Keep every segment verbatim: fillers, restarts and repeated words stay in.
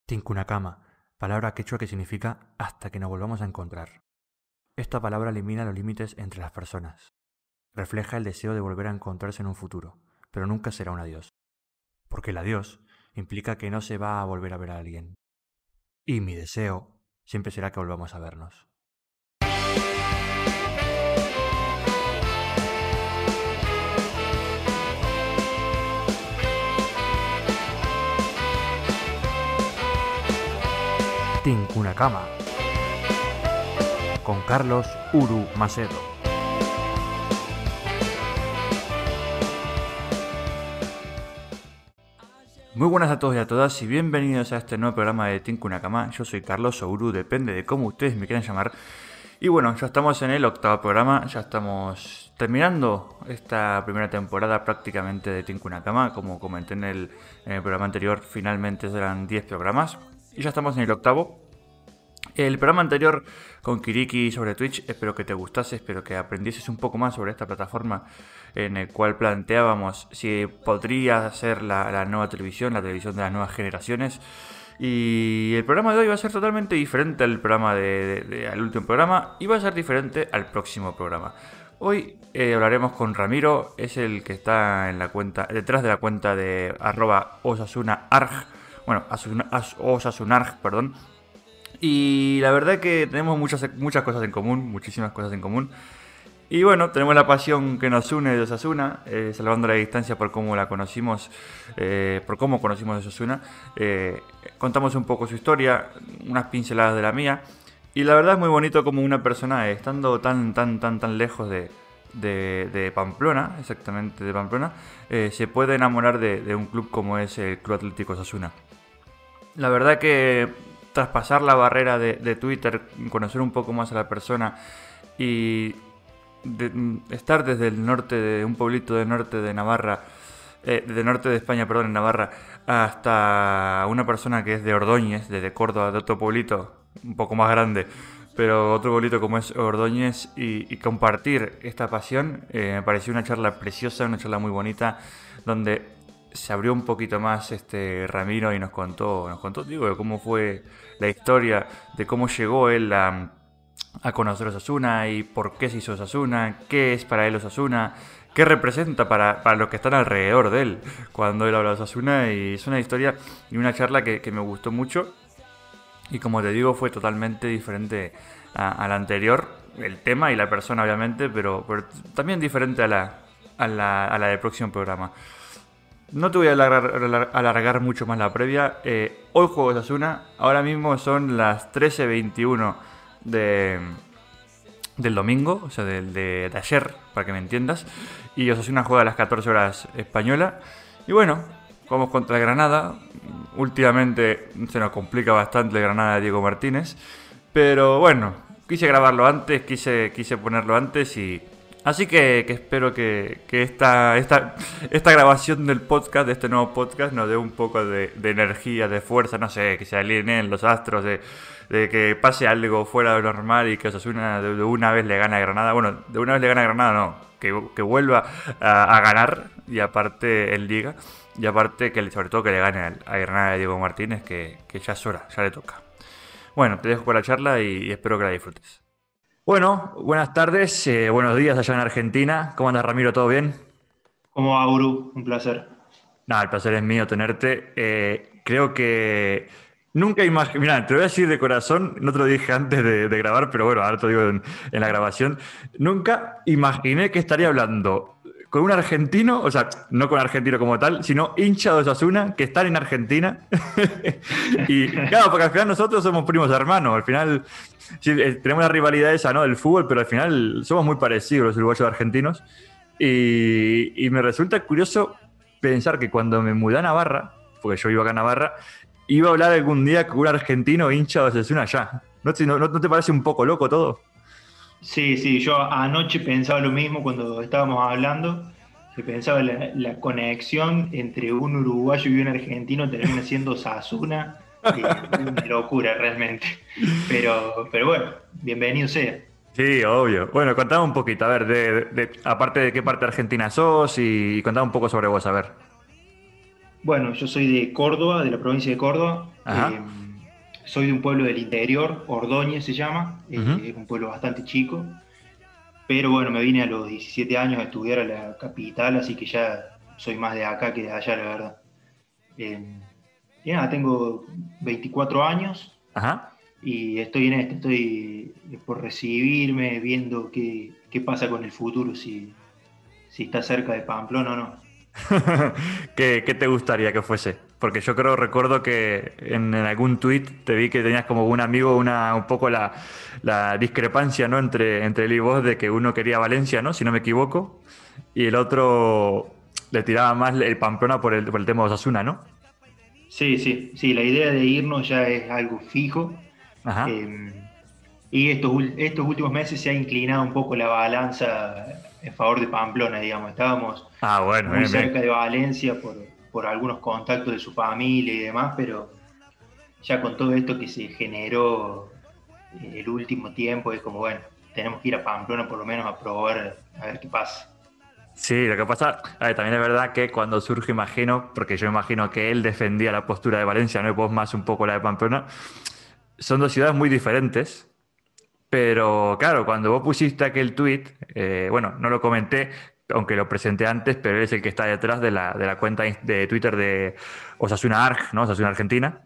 Tincunacama, palabra quechua que significa hasta que nos volvamos a encontrar. Esta palabra elimina los límites entre las personas. Refleja el deseo de volver a encontrarse en un futuro, pero nunca será un adiós. Porque el adiós implica que no se va a volver a ver a alguien. Y mi deseo siempre será que volvamos a vernos. Tincunacama con Carlos Uru Macedo. Muy buenas a todos y a todas y bienvenidos a este nuevo programa de Tincunacama. Yo soy Carlos o Uru, depende de cómo ustedes me quieran llamar. Y bueno, ya estamos en el octavo programa, ya estamos terminando esta primera temporada prácticamente de Tincunacama. Como comenté en el, en el programa anterior, finalmente serán diez programas. Y ya estamos en el octavo. El programa anterior con Kiriki sobre Twitch, espero que te gustase, espero que aprendieses un poco más sobre esta plataforma en el cual planteábamos si podría ser la, la nueva televisión, la televisión de las nuevas generaciones. Y el programa de hoy va a ser totalmente diferente al programa de, de, de, al último programa y va a ser diferente al próximo programa. Hoy eh, hablaremos con Ramiro, es el que está en la cuenta, detrás de la cuenta de arroba osasunarg. Bueno, Osasunarg, perdón. Y la verdad que tenemos muchas, muchas cosas en común, muchísimas cosas en común. Y bueno, tenemos la pasión que nos une de Osasuna, eh, salvando la distancia por cómo la conocimos, eh, por cómo conocimos a Osasuna. Eh, contamos un poco su historia, unas pinceladas de la mía. Y la verdad es muy bonito como una persona, eh, estando tan, tan, tan, tan lejos de, de, de Pamplona, exactamente de Pamplona, eh, se puede enamorar de, de un club como es el Club Atlético Osasuna. La verdad que traspasar la barrera de, de Twitter, conocer un poco más a la persona y de, estar desde el norte, de un pueblito del norte de Navarra, eh, del norte de España, perdón, en Navarra, hasta una persona que es de Ordóñez, desde Córdoba, de otro pueblito un poco más grande, pero otro pueblito como es Ordóñez, y, y compartir esta pasión, eh, me pareció una charla preciosa, una charla muy bonita, donde se abrió un poquito más este Ramiro y nos contó, nos contó, digo, de cómo fue la historia, de cómo llegó él a, a conocer Osasuna y por qué se hizo Osasuna, qué es para él Osasuna, qué representa para, para los que están alrededor de él cuando él habla de Osasuna. Y es una historia y una charla que, que me gustó mucho y, como te digo, fue totalmente diferente a, a la anterior, el tema y la persona obviamente, pero, pero también diferente a la, a la, a la del próximo programa. No te voy a alargar, alargar mucho más la previa. Eh, hoy juego Osasuna. Ahora mismo son las trece veintiuno de, del domingo, o sea, de, de, de ayer, para que me entiendas. Y Osasuna juega a las catorce horas española. Y bueno, vamos contra el Granada. Últimamente se nos complica bastante el Granada de Diego Martínez. Pero bueno, quise grabarlo antes, quise, quise ponerlo antes y... Así que, que espero que, que esta, esta, esta grabación del podcast, de este nuevo podcast, nos dé un poco de, de energía, de fuerza, no sé, que se alineen los astros, de, de que pase algo fuera de lo normal y que Osasuna de, de una vez le gane a Granada. Bueno, de una vez le gane a Granada, no, que, que vuelva a, a ganar, y aparte en Liga, y aparte que sobre todo que le gane a, a Granada de Diego Martínez, que, que ya es hora, ya le toca. Bueno, te dejo con la charla y, y espero que la disfrutes. Bueno, buenas tardes, eh, buenos días allá en Argentina. ¿Cómo andas, Ramiro? ¿Todo bien? ¿Cómo va, Uru? Un placer. Nada, el placer es mío tenerte. Eh, creo que nunca imaginé... Mira, te lo voy a decir de corazón, no te lo dije antes de, de grabar, pero bueno, ahora te lo digo en, en la grabación. Nunca imaginé que estaría hablando con un argentino, o sea, no con argentino como tal, sino hincha de Osasuna, que están en Argentina. Y claro, porque al final nosotros somos primos hermanos, al final sí, tenemos la rivalidad esa, ¿no?, del fútbol, pero al final somos muy parecidos los uruguayos argentinos. Y, y me resulta curioso pensar que cuando me mudé a Navarra, porque yo vivo acá en Navarra, iba a hablar algún día con un argentino hincha de Osasuna allá. ¿No te, no, ¿No te parece un poco loco todo? Sí, sí, yo anoche pensaba lo mismo cuando estábamos hablando, que pensaba la, la conexión entre un uruguayo y un argentino termina siendo Osasuna, eh, una locura realmente. Pero, pero bueno, bienvenido sea. Sí, obvio. Bueno, contame un poquito, a ver, de, de, de, aparte de qué parte de Argentina sos y, y contame un poco sobre vos, a ver. Bueno, yo soy de Córdoba, de la provincia de Córdoba. Eh, Ajá. soy de un pueblo del interior, Ordóñez se llama. Ujú. Eh, es un pueblo bastante chico. Pero bueno, me vine a los diecisiete años a estudiar a la capital, así que ya soy más de acá que de allá, la verdad. Eh, y nada, tengo veinticuatro años Ajá. y estoy en esto, estoy por recibirme, viendo qué, qué pasa con el futuro, si, si está cerca de Pamplona o no. ¿Qué, qué te gustaría que fuese? Porque yo creo, recuerdo que en, en algún tuit te vi que tenías como un amigo una, un poco la, la discrepancia, ¿no? Entre, entre él y vos de que uno quería Valencia, ¿no? Si no me equivoco, y el otro le tiraba más el Pamplona por el, por el tema de Osasuna, ¿no? Sí, sí, sí, la idea de irnos ya es algo fijo. Ajá. eh, y estos, ul- estos últimos meses se ha inclinado un poco la balanza en favor de Pamplona, digamos. Estábamos Ah, bueno, muy bien, bien. cerca de Valencia por, por algunos contactos de su familia y demás, pero ya con todo esto que se generó eh, el último tiempo, es como, bueno, tenemos que ir a Pamplona por lo menos a probar, a ver qué pasa. Sí, lo que pasa, a ver, también es verdad que cuando surge, imagino, porque yo imagino que él defendía la postura de Valencia, ¿no? Y vos más un poco la de Pamplona, son dos ciudades muy diferentes. Pero claro, cuando vos pusiste aquel tweet, eh, bueno, no lo comenté, aunque lo presenté antes, pero él es el que está detrás de la, de la cuenta de Twitter de Osasuna Arg, ¿no? Osasuna Argentina.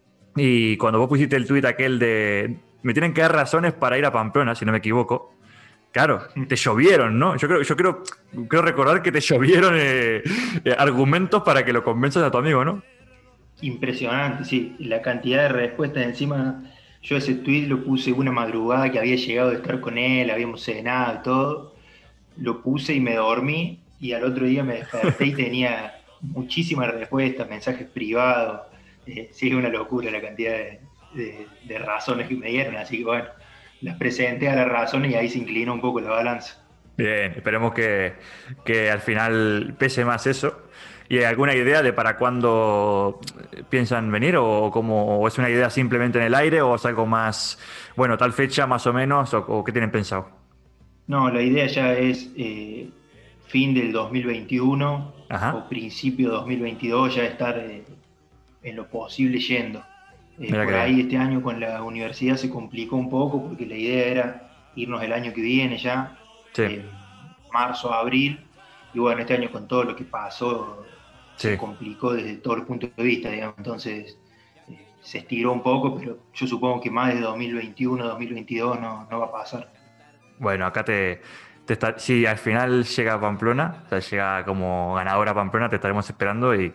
Y cuando vos pusiste el tweet aquel de me tienen que dar razones para ir a Pamplona, si no me equivoco, claro, te llovieron, ¿no? Yo creo, yo creo, creo recordar que te llovieron eh, eh, argumentos para que lo convenzas a tu amigo, ¿no? Impresionante, sí, la cantidad de respuestas encima. Yo ese tweet lo puse una madrugada que había llegado de estar con él, habíamos cenado y todo. Lo puse y me dormí y al otro día me desperté y tenía muchísimas respuestas, mensajes privados. Eh, sí, es una locura la cantidad de, de- de razones que me dieron, así que bueno, las presenté a las razones y ahí se inclinó un poco la balanza. Bien, esperemos que, que al final pese más eso. ¿Y hay alguna idea de para cuándo piensan venir? ¿O, cómo, o es una idea simplemente en el aire? ¿O es algo más, bueno, tal fecha más o menos? ¿O, o qué tienen pensado? No, la idea ya es eh, fin del dos mil veintiuno o Ajá, principio de dos mil veintidós ya estar eh, en lo posible yendo. Eh, mira qué por bien. ahí este año con la universidad se complicó un poco porque la idea era irnos el año que viene ya, Sí, eh, marzo, abril, y bueno, este año con todo lo que pasó se sí. complicó desde todo el punto de vista, digamos, entonces eh, se estiró un poco, pero yo supongo que más de dos mil veintiuno, dos mil veintidós no, no va a pasar. Bueno, acá te, te está- si al final llega Pamplona, o sea, llega como ganadora Pamplona, te estaremos esperando y,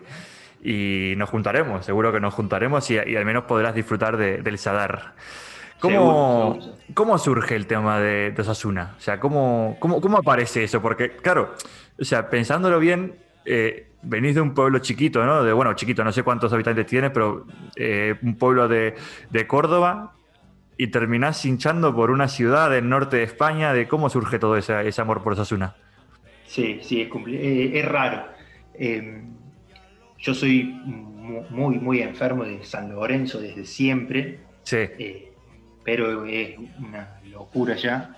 y nos juntaremos. Seguro que nos juntaremos y, y al menos podrás disfrutar de- del Sadar. Seguro, seguro. ¿Cómo, cómo surge el tema de, de Osasuna? O sea, ¿cómo, cómo, cómo aparece eso? Porque, claro, o sea, pensándolo bien, eh, venís de un pueblo chiquito, ¿no? De, bueno, chiquito, no sé cuántos habitantes tiene, pero eh, un pueblo de, de Córdoba y terminás hinchando por una ciudad del norte de España. ¿De cómo surge todo ese, ese amor por Osasuna? Sí, sí, es, compli- eh, es raro. Eh, yo soy mu- muy, muy enfermo de San Lorenzo desde siempre, Sí, eh, pero es una locura ya.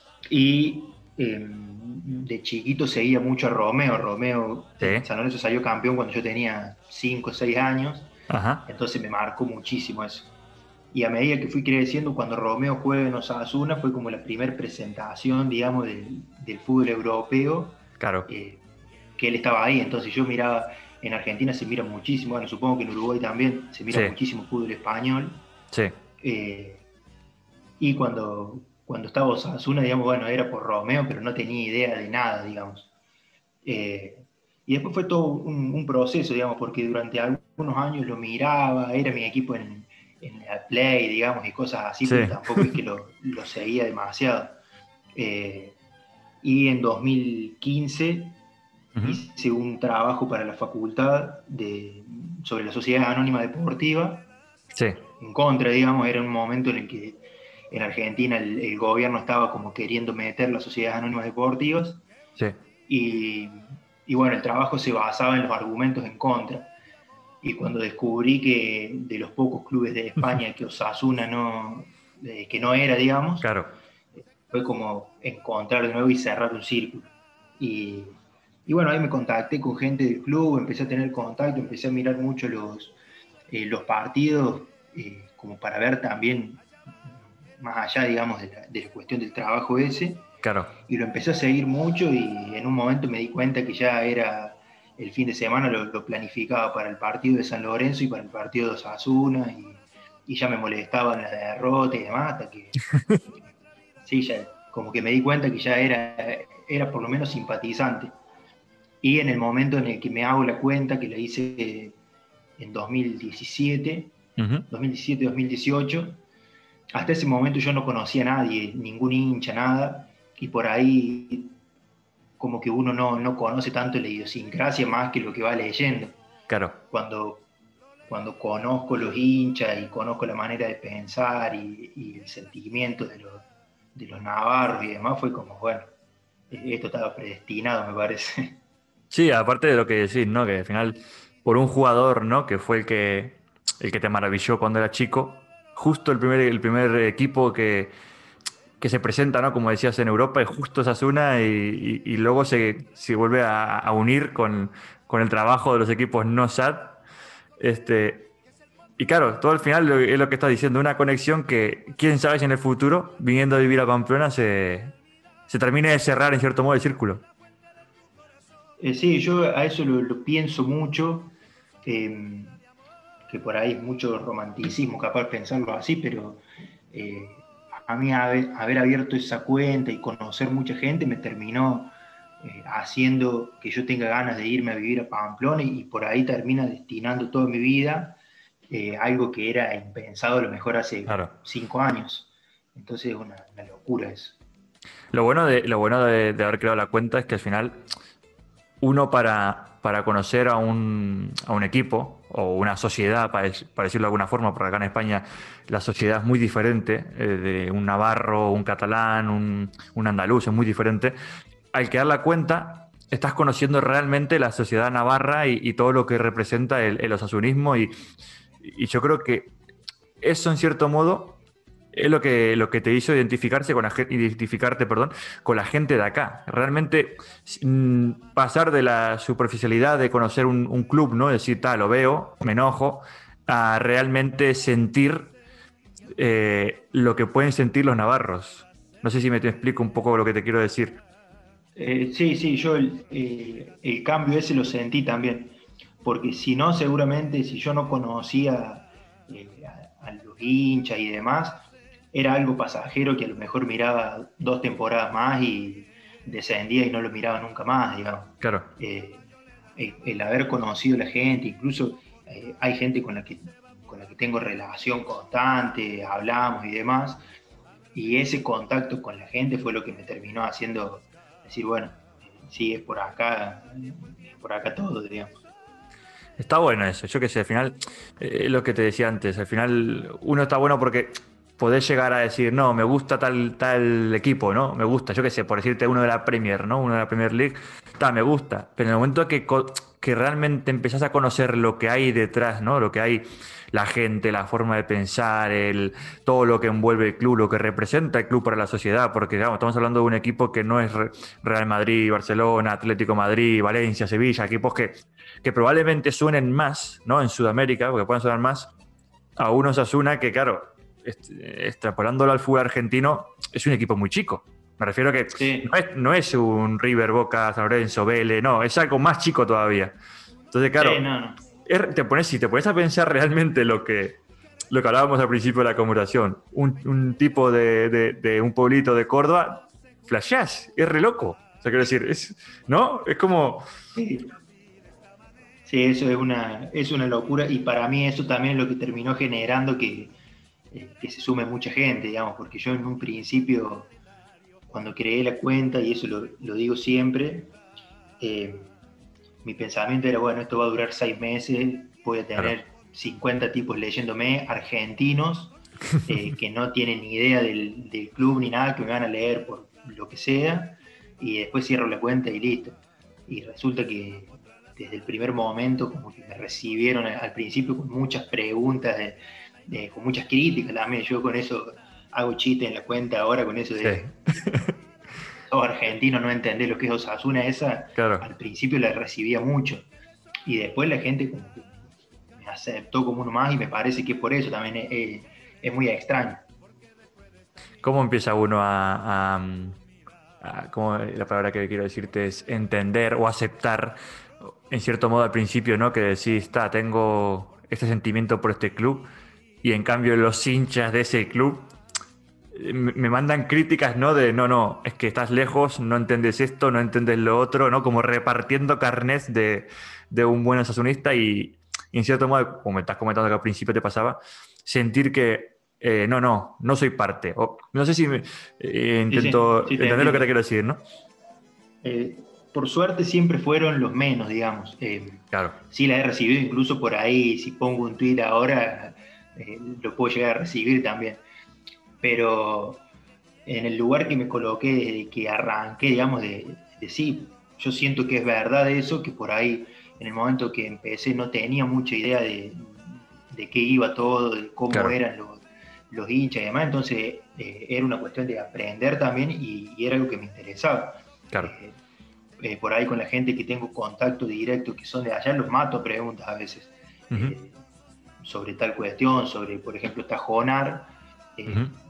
Y eh, de chiquito seguía mucho a Romeo. Romeo sí, en San Lorenzo salió campeón cuando yo tenía cinco o seis años, ajá, entonces me marcó muchísimo eso. Y a medida que fui creciendo, cuando Romeo juega en Osasuna, fue como la primera presentación, digamos, del, del fútbol europeo, claro, eh, que él estaba ahí. Entonces yo miraba, en Argentina se mira muchísimo, bueno, supongo que en Uruguay también se mira sí, muchísimo fútbol español. sí, eh, y cuando, cuando estaba Osasuna, digamos, bueno, era por Romeo, pero no tenía idea de nada, digamos. Eh, y después fue todo un, un proceso, digamos, porque durante algunos años lo miraba, era mi equipo en, en la Play, digamos, y cosas así, sí, pero tampoco es que lo, lo seguía demasiado. Eh, y en dos mil quince ujú, hice un trabajo para la facultad de, sobre la Sociedad Anónima Deportiva, sí, en contra, digamos, era un momento en el que en Argentina el, el gobierno estaba como queriendo meter las sociedades anónimas deportivas sí, y, y bueno, el trabajo se basaba en los argumentos en contra. Y cuando descubrí que de los pocos clubes de España que Osasuna no, eh, que no era, digamos, claro. fue como encontrar de nuevo y cerrar un círculo. Y, y bueno, ahí me contacté con gente del club, empecé a tener contacto, empecé a mirar mucho los, eh, los partidos, eh, como para ver también, más allá, digamos, de la, de la cuestión del trabajo ese, Claro, y lo empecé a seguir mucho y en un momento me di cuenta que ya era el fin de semana, lo, lo planificaba para el partido de San Lorenzo y para el partido de Osasuna, y, y ya me molestaban las derrotas y demás, hasta que, sí, ya como que me di cuenta que ya era, era por lo menos simpatizante. Y en el momento en el que me hago la cuenta, que la hice en dos mil diecisiete, ujú, dos mil diecisiete, dos mil dieciocho, hasta ese momento yo no conocía a nadie, ningún hincha, nada, y por ahí como que uno no, no conoce tanto la idiosincrasia más que lo que va leyendo. claro. Cuando, cuando conozco los hinchas y conozco la manera de pensar y, y el sentimiento de los, de los navarros y demás, fue como, bueno, esto estaba predestinado, me parece. Sí, aparte de lo que decís, ¿no? Que al final, por un jugador, ¿no? Que fue el que, el que te maravilló cuando era chico, justo el primer, el primer equipo que, que se presenta, ¿no? Como decías, en Europa, es justo Osasuna y, y, y luego se, se vuelve a, a unir con, con el trabajo de los equipos no S A D. Este, y claro, todo al final lo- es lo que estás diciendo, una conexión que, quién sabe si en el futuro, viniendo a vivir a Pamplona, se, se termine de cerrar en cierto modo el círculo. Eh, sí, yo a eso lo, lo pienso mucho, eh, que por ahí es mucho romanticismo capaz pensarlo así, pero eh, a mí haber, haber abierto esa cuenta y conocer mucha gente me terminó eh, haciendo que yo tenga ganas de irme a vivir a Pamplona y, y por ahí termina destinando toda mi vida eh, algo que era impensado a lo mejor hace Claro. cinco años. Entonces es una, una locura eso. Lo bueno de, lo bueno de, de haber creado la cuenta es que al final uno para, para conocer a un, a un equipo o una sociedad, para, dec- para decirlo de alguna forma, porque acá en España la sociedad es muy diferente, eh, de un navarro, un catalán, un, un andaluz, es muy diferente. Al crear la cuenta, estás conociendo realmente la sociedad navarra y, y todo lo que representa el, el osasunismo y, y yo creo que eso en cierto modo es lo que, lo que te hizo identificarse con la, gen- identificarte, perdón, con la gente de acá. Realmente mm, pasar de la superficialidad de conocer un, un club, ¿no? Decir, tal, lo veo, me enojo, a realmente sentir eh, lo que pueden sentir los navarros. No sé si me te explico un poco lo que te quiero decir. Eh, sí, sí, yo el, eh, el cambio ese lo sentí también, porque si no, seguramente si yo no conocía eh, a, a los hinchas y demás, era algo pasajero que a lo mejor miraba dos temporadas más y descendía y no lo miraba nunca más, digamos. Claro, Eh, el, el haber conocido a la gente, incluso eh, hay gente con la que, con la que tengo relación constante, hablamos y demás, y ese contacto con la gente fue lo que me terminó haciendo decir, bueno, eh, sí, es por acá, es por acá todo, digamos. está bueno eso. Yo qué sé, al final, eh, lo que te decía antes, al final uno está bueno porque podés llegar a decir, no, me gusta tal, tal equipo, ¿no? Me gusta, yo qué sé, por decirte uno de la Premier, ¿no? Uno de la Premier League, está, me gusta. Pero en el momento que, co- que realmente empezás a conocer lo que hay detrás, ¿no? Lo que hay, la gente, la forma de pensar, el, todo lo que envuelve el club, lo que representa el club para la sociedad, porque digamos, estamos hablando de un equipo que no es Re- Real Madrid, Barcelona, Atlético Madrid, Valencia, Sevilla, equipos que que probablemente suenen más, ¿no? En Sudamérica, porque pueden sonar más a unos Osasuna que, claro, est- extrapolándolo al fútbol argentino, es un equipo muy chico. Me refiero a que no Sí, es, no es un River, Boca, San Lorenzo, Vélez, no, es algo más chico todavía. Entonces, sí, claro, no, no. es- te pones, si te pones a pensar realmente lo que, lo que hablábamos al principio de la conversación, un, un tipo de, de- de un pueblito de Córdoba, flashás, es re loco. O sea, quiero decir, es, ¿no? Es como, Sí, sí, eso es una, es una locura y para mí eso también es lo que terminó generando que, eh, que se sume mucha gente, digamos, porque yo en un principio, cuando creé la cuenta, y eso lo, lo digo siempre, eh, mi pensamiento era, bueno, esto va a durar seis meses, voy a claro, tener cincuenta tipos leyéndome, argentinos, eh, que no tienen ni idea del, del club ni nada, que me van a leer por lo que sea, y después cierro la cuenta y listo. Y resulta que desde el primer momento como que me recibieron al principio con muchas preguntas, de, de, con muchas críticas también, yo con eso hago chiste en la cuenta ahora, con eso sí. de sos argentino, no entendés lo que es Osasuna, esa Claro. al principio la recibía mucho. Y después la gente como que me aceptó como uno más y me parece que por eso también es, es- es muy extraño. ¿Cómo empieza uno a, a, a- cómo la palabra que quiero decirte es entender o aceptar, en cierto modo al principio, ¿no? Que decís, está, tengo este sentimiento por este club y en cambio los hinchas de ese club eh, me me mandan críticas, ¿no? De, no, no, es que estás lejos, no entiendes esto, no entiendes lo otro, ¿no? Como repartiendo carnets de, de un buen osasunista y, y en cierto modo, como me estás comentando que al principio te pasaba, sentir que, eh, no, no, no soy parte. O, no sé si me- eh, Sí, sí, intento sí, te entender lo que te entiendo. quiero decir, ¿no? Eh, por suerte siempre fueron los menos, digamos. Eh, Claro, sí la he recibido incluso por ahí, si pongo un tweet ahora, eh, lo puedo llegar a recibir también. Pero en el lugar que me coloqué desde que arranqué, digamos, de, de sí, yo siento que es verdad eso, que por ahí en el momento que empecé no tenía mucha idea de, de qué iba todo, de cómo claro, eran los, los hinchas y demás, entonces eh, era una cuestión de aprender también y, y era algo que me interesaba. claro. Eh, eh, por ahí con la gente que tengo contacto directo, que son de allá, los mato a preguntas a veces Ujú, eh, sobre tal cuestión, sobre, por ejemplo, Tajonar. Eh, ujú.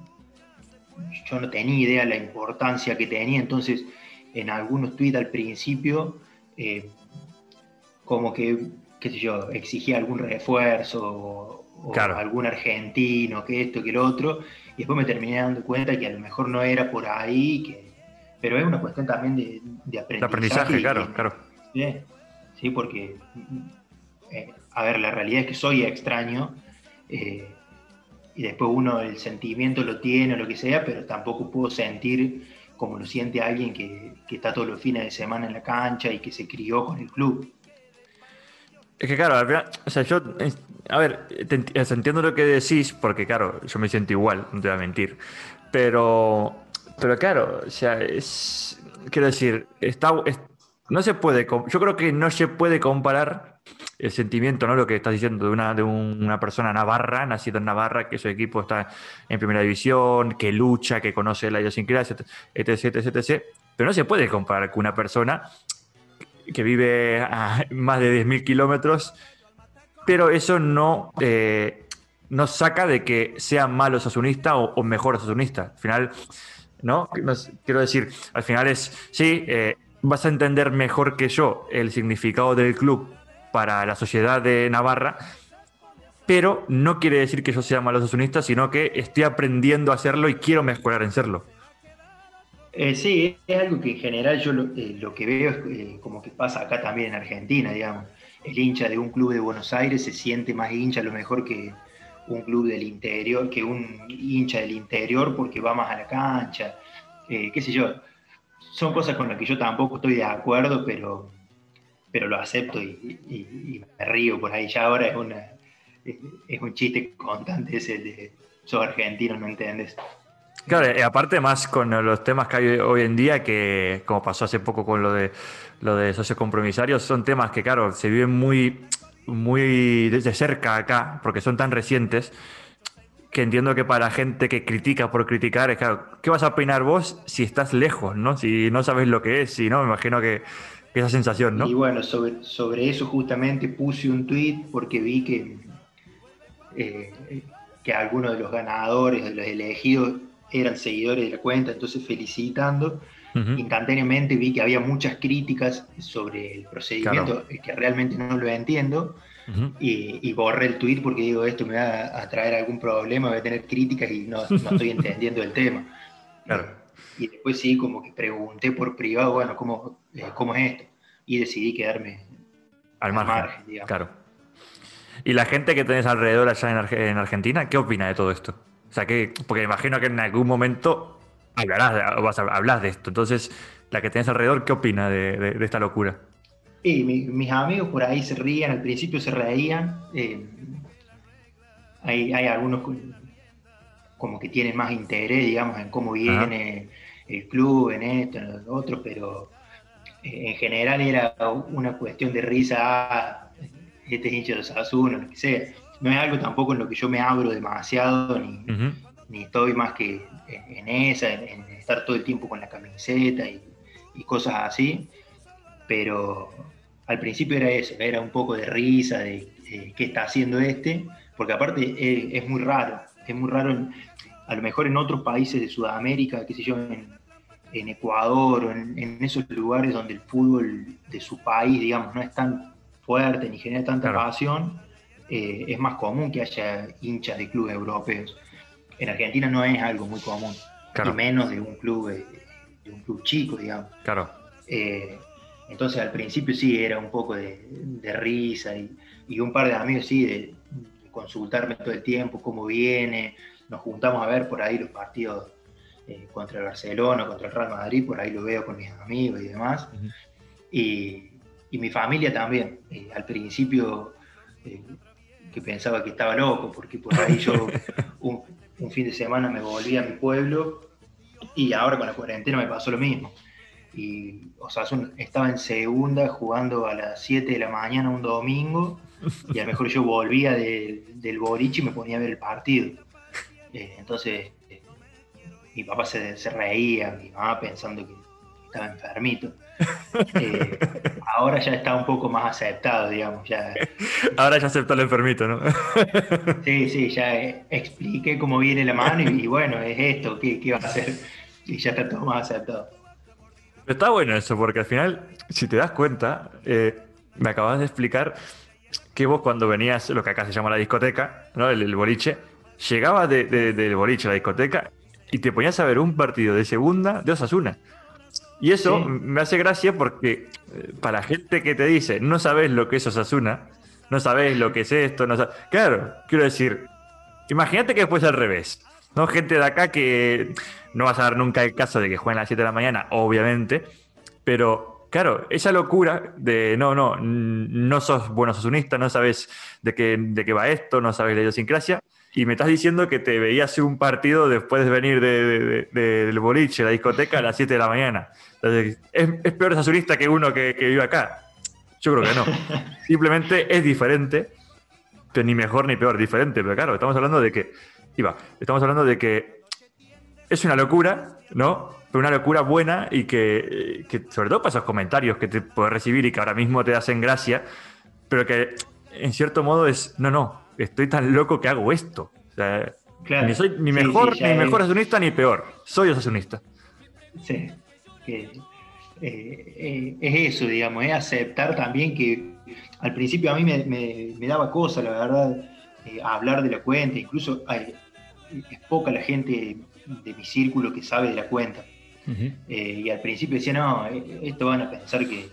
yo no tenía idea de la importancia que tenía, entonces en algunos tweets al principio, eh, como que, qué sé yo, exigía algún refuerzo o, o Claro. algún argentino, que esto, que lo otro, y después me terminé dando cuenta que a lo mejor no era por ahí, que, pero es una cuestión también de, de De aprendizaje aprendizaje, y, claro, y claro. ¿sí? ¿Sí? Porque, eh, a ver, la realidad es que soy extraño. Eh, y después uno el sentimiento lo tiene o lo que sea, pero tampoco puedo sentir como lo siente alguien que, que está todos los fines de semana en la cancha y que se crió con el club. Es que claro, al final, o sea, yo, eh, a ver, te ent- o sea, entiendo lo que decís, porque claro, yo me siento igual, no te voy a mentir. Pero, pero claro, o sea, es, quiero decir, está, es- no se puede, com- yo creo que no se puede comparar el sentimiento, ¿no? Lo que estás diciendo de una, de un- una persona navarra, nacida en Navarra, que su equipo está en primera división, que lucha, que conoce la idiosincrasia, etc, etc, etcétera. Pero no se puede comparar con una persona que vive a más de diez mil kilómetros, pero eso no, eh, no saca de que sea malo osasunista o, o mejor osasunista. Al final, ¿no? No sé, quiero decir, al final es, sí, eh, vas a entender mejor que yo el significado del club para la sociedad de Navarra, pero no quiere decir que yo sea malo osasunista, sino que estoy aprendiendo a hacerlo y quiero mejorar en serlo. Eh, sí, es algo que en general yo lo, eh, lo que veo es eh, como que pasa acá también en Argentina, digamos. El hincha de un club de Buenos Aires se siente más hincha a lo mejor que un club del interior, que un hincha del interior porque va más a la cancha, eh, qué sé yo. Son cosas con las que yo tampoco estoy de acuerdo, pero, pero lo acepto y, y- y me río por ahí. Ya ahora es, una, es un chiste constante ese de sos argentino, no entiendes. Claro, y aparte más con los temas que hay hoy en día, que como pasó hace poco con lo de lo de socios compromisarios, son temas que, claro, se viven muy, muy desde cerca acá, porque son tan recientes, que entiendo que para la gente que critica por criticar, es claro, ¿qué vas a opinar vos si estás lejos, ¿no? Si no sabes lo que es, si no, me imagino que, que esa sensación, Y ¿no? bueno, sobre, sobre eso justamente puse un tweet porque vi que, eh, que algunos de los ganadores, de los elegidos, eran seguidores de la cuenta, entonces felicitando. Ujú. Instantáneamente vi que había muchas críticas sobre el Claro. procedimiento, eh, que realmente no lo entiendo, Ujú. y, y borré el tweet porque digo, esto me va a traer algún problema, voy a tener críticas y no, no estoy entendiendo el tema. Claro. Eh, y después sí, como que pregunté por privado, bueno, ¿cómo, eh, cómo es esto? Y decidí quedarme Al al margen, margen, digamos. claro. ¿Y la gente que tenés alrededor allá en, Arge- en Argentina, qué opina de todo esto? O sea, que, porque imagino que en algún momento hablarás, de- vas a hablar de esto. Entonces, la que tenés alrededor, ¿qué opina de, de- de esta locura? Y mi- mis amigos por ahí se rían, al principio se reían, eh, hay, hay algunos como que tienen más interés, digamos, en cómo Ajá. viene el club, en esto, en lo otro, pero eh, en general era una cuestión de risa, ah, este es hincha de Osasuna, lo que sea. No es algo tampoco en lo que yo me abro demasiado, ni, Ujú. ni estoy más que en, en esa, en, en estar todo el tiempo con la camiseta y, y cosas así, pero al principio era eso, era un poco de risa, de eh, qué está haciendo este, porque aparte eh, es muy raro, es muy raro, en- a lo mejor en otros países de Sudamérica, qué sé yo, en, en Ecuador o en, en esos lugares donde el fútbol de su país, digamos, no es tan fuerte ni genera tanta Claro, pasión, eh, es más común que haya hinchas de clubes europeos. En Argentina no es algo muy común, y claro, menos de un club, eh, de un club chico, digamos. claro. Eh, entonces al principio sí era un poco de, de risa y, y, un par de amigos sí, de, de, consultarme todo el tiempo cómo viene, nos juntamos a ver por ahí los partidos eh, contra el Barcelona, contra el Real Madrid, por ahí lo veo con mis amigos y demás. Ujú. Y, y mi familia también, eh, al principio eh, que pensaba que estaba loco, porque por ahí yo un, un fin de semana me volví a mi pueblo y ahora con la cuarentena me pasó lo mismo y Osasuna estaba en segunda jugando a las siete de la mañana un domingo y a lo mejor yo volvía de, del boliche y me ponía a ver el partido. Eh, entonces eh, mi papá se, se, reía, mi mamá pensando que estaba enfermito. Eh, ahora ya está un poco más aceptado, digamos, ya. Ahora ya aceptó el enfermito, ¿no? Sí, sí, ya eh, expliqué cómo viene la mano y, y bueno, es esto, ¿qué, ¿qué va a hacer? Y ya está todo más aceptado. Está bueno eso, porque al final, si te das cuenta, eh, me acabas de explicar que vos cuando venías, lo que acá se llama la discoteca, ¿no? El, el boliche, llegabas de, de- del boliche a la discoteca y te ponías a ver un partido de segunda de Osasuna. Y eso Sí, me hace gracia porque eh, para gente que te dice, no sabes lo que es Osasuna, no sabes lo que es esto, no sa- claro, quiero decir, imagínate que después al revés, ¿no? Gente de acá que no vas a dar nunca el caso de que jueguen a las siete de la mañana, obviamente, pero claro, esa locura de no, no, no sos bueno osasunista, no sabes de qué, de qué va esto, no sabes la idiosincrasia, y me estás diciendo que te veías un partido después de venir de, de- de- del boliche, la discoteca, a las siete de la mañana. Entonces, ¿es, es peor osasunista que uno que, que vive acá? Yo creo que no. Simplemente es diferente, pero ni mejor ni peor, diferente. Pero claro, estamos hablando de que, iba, estamos hablando de que es una locura, ¿no? Pero una locura buena y que, que sobre todo para esos comentarios que te puedes recibir y que ahora mismo te hacen gracia, pero que en cierto modo es, no, no, estoy tan loco que hago esto. O sea, ni claro, soy ni sí, sí, mejor, ni ya mejor es, asunista, ni peor. Soy asunista. sí, que eh, eh, es eso, digamos, es aceptar también que al principio a mí me, me- me daba cosa, la verdad, eh, hablar de la cuenta, incluso hay- es poca la gente de mi círculo que sabe de la cuenta. Ujú. Eh, y al principio decía, no, eh, esto van a pensar que,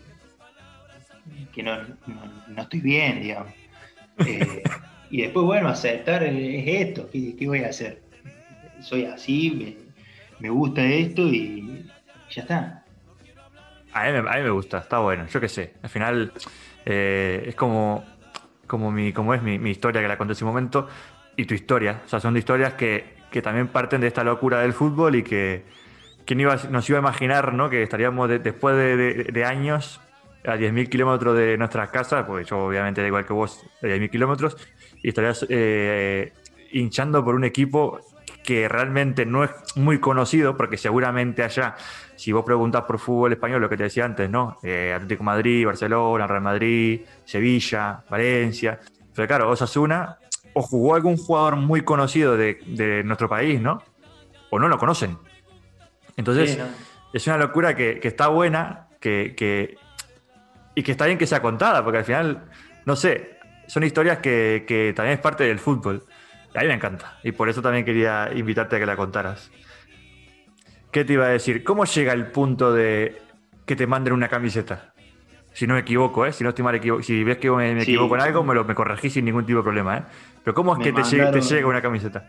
que no, no- no estoy bien, digamos. Eh, y después, bueno, aceptar eh, es esto, ¿qué, ¿qué voy a hacer? Soy así, me, me gusta esto y ya está. A mí, me, a mí me gusta, está bueno, yo qué sé. Al final eh, es como, como, mi, como es mi, mi historia que la conté hace un momento y tu historia. O sea, son de historias que, que también parten de esta locura del fútbol y que, ¿quién iba, a- nos iba a imaginar, ¿no? Que estaríamos de- después de, de- de años a diez mil kilómetros de nuestras casas, porque yo obviamente da igual que vos, a diez mil kilómetros, y estarías eh, hinchando por un equipo que realmente no es muy conocido, porque seguramente allá, si vos preguntás por fútbol español, lo que te decía antes, ¿no? Eh, Atlético de Madrid, Barcelona, Real Madrid, Sevilla, Valencia. Pero claro, Osasuna, o jugó algún jugador muy conocido de, de nuestro país, ¿no? O no lo conocen. Sí, Entonces, ¿no? es una locura que, que está buena que, que- y que está bien que sea contada, porque al final, no sé, son historias que, que también es parte del fútbol. Y a mí me encanta. Y por eso también quería invitarte a que la contaras. ¿Qué te iba a decir? ¿Cómo llega el punto de que te manden una camiseta? Si no me equivoco, ¿eh? Si no estoy mal equivo- si ves que me, me equivoco en Sí, algo, me lo me corregís sin ningún tipo de problema, ¿eh? Pero ¿cómo es me que te, lle- te llega mandaron, una camiseta?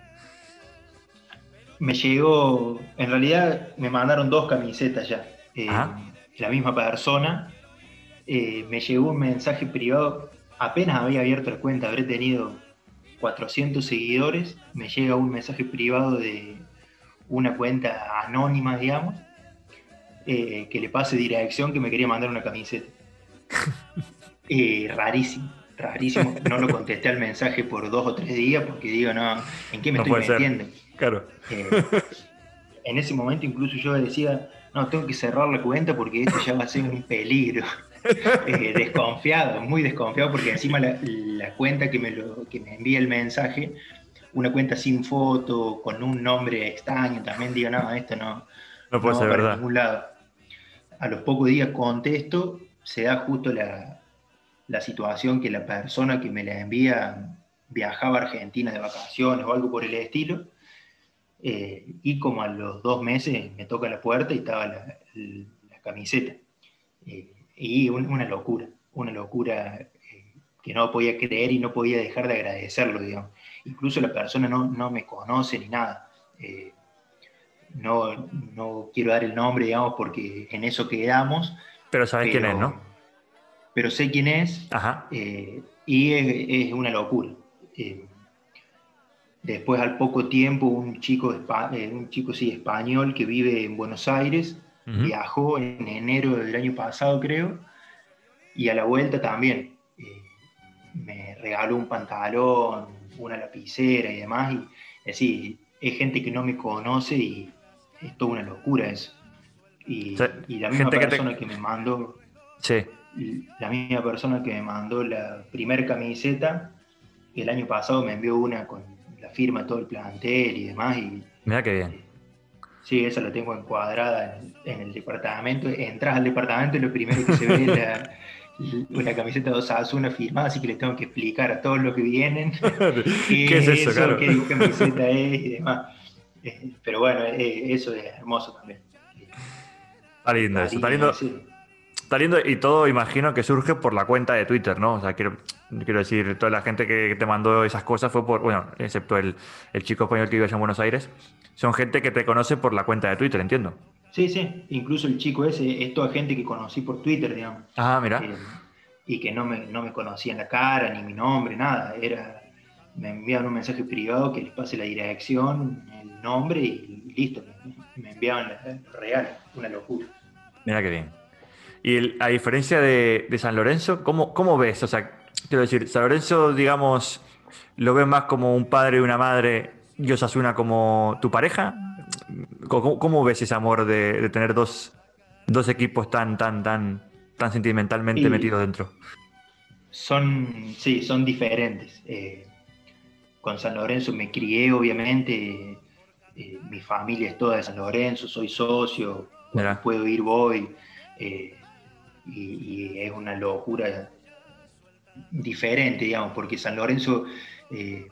me llegó, en realidad me mandaron dos camisetas ya. Eh, Ajá. la misma persona, eh, me llegó un mensaje privado, apenas había abierto la cuenta, habré tenido cuatrocientos seguidores, me llega un mensaje privado de una cuenta anónima, digamos, eh, que le pase dirección que me quería mandar una camiseta. Eh, rarísimo. rarísimo. No lo contesté al mensaje por dos o tres días porque digo, no, ¿en qué me No estoy puede ser. metiendo? Claro. Eh, en ese momento incluso yo decía, no, tengo que cerrar la cuenta porque esto ya va a ser un peligro. Eh, desconfiado, muy desconfiado, porque encima la, la cuenta que me, lo, que me envía el mensaje, una cuenta sin foto, con un nombre extraño, también digo, no, esto no, No puede no ser va para verdad. ningún lado. A los pocos días contesto, se da justo la, la situación que la persona que me la envía viajaba a Argentina de vacaciones o algo por el estilo, eh, y como a los dos meses me toca la puerta y estaba la, la camiseta. Eh, y un, una locura, una locura eh, que no podía creer y no podía dejar de agradecerlo, digamos. Incluso la persona no, no me conoce ni nada. Eh, no, no quiero dar el nombre, digamos, porque en eso quedamos, Pero sabes quién es, ¿no? pero, pero sé quién es, Ajá. eh, y es, es, una locura. Eh, Después, al poco tiempo, un chico, eh, un chico sí, español que vive en Buenos Aires Ujú. viajó en enero del año pasado, creo, y a la vuelta también eh, me regaló un pantalón, una lapicera y demás. Y es decir, es gente que no me conoce y es toda una locura eso. O sea, Y, y la misma gente que te... persona que me mandó, Sí. la misma persona que me mandó la primer camiseta, el año pasado me envió una con la firma de todo el plantel y demás. Y Mira qué bien. eh, sí, esa la tengo encuadrada en, en el departamento. Entras al departamento y lo primero que se ve es la, la camiseta de Osasuna firmada, así que les tengo que explicar a todos los que vienen ¿Qué es qué es eso, eso, claro? qué camiseta es y demás. Eh, pero bueno, eh, eso es hermoso también. Eh, Está el lindo eso. Está cariño lindo. ese. Está lindo y todo imagino que surge por la cuenta de Twitter, ¿no? O sea, quiero, quiero decir, toda la gente que te mandó esas cosas fue por, bueno, excepto el, el chico español que vive allá en Buenos Aires, son gente que te conoce por la cuenta de Twitter, entiendo. Sí, sí, incluso el chico ese es toda gente que conocí por Twitter, digamos. Ah, mira. Eh, y que no me, no me conocían la cara, ni mi nombre, nada. Era, me enviaban un mensaje privado que les pase la dirección, el nombre y listo. Me, me enviaban la, real, una locura. Mira qué bien. Y el- a diferencia de, de San Lorenzo, ¿cómo, cómo ves? O sea, quiero decir, San Lorenzo, digamos, lo ves más como un padre y una madre y Osasuna como tu pareja. ¿Cómo, cómo ves ese amor de, de tener dos, dos equipos tan, tan, tan, tan sentimentalmente metidos Y dentro? son, sí, son diferentes. Eh, con San Lorenzo me crié, obviamente. Eh, mi familia es toda de San Lorenzo, soy socio, cuando Mira, puedo ir voy. eh, y, y es una locura diferente, digamos, porque San Lorenzo, eh,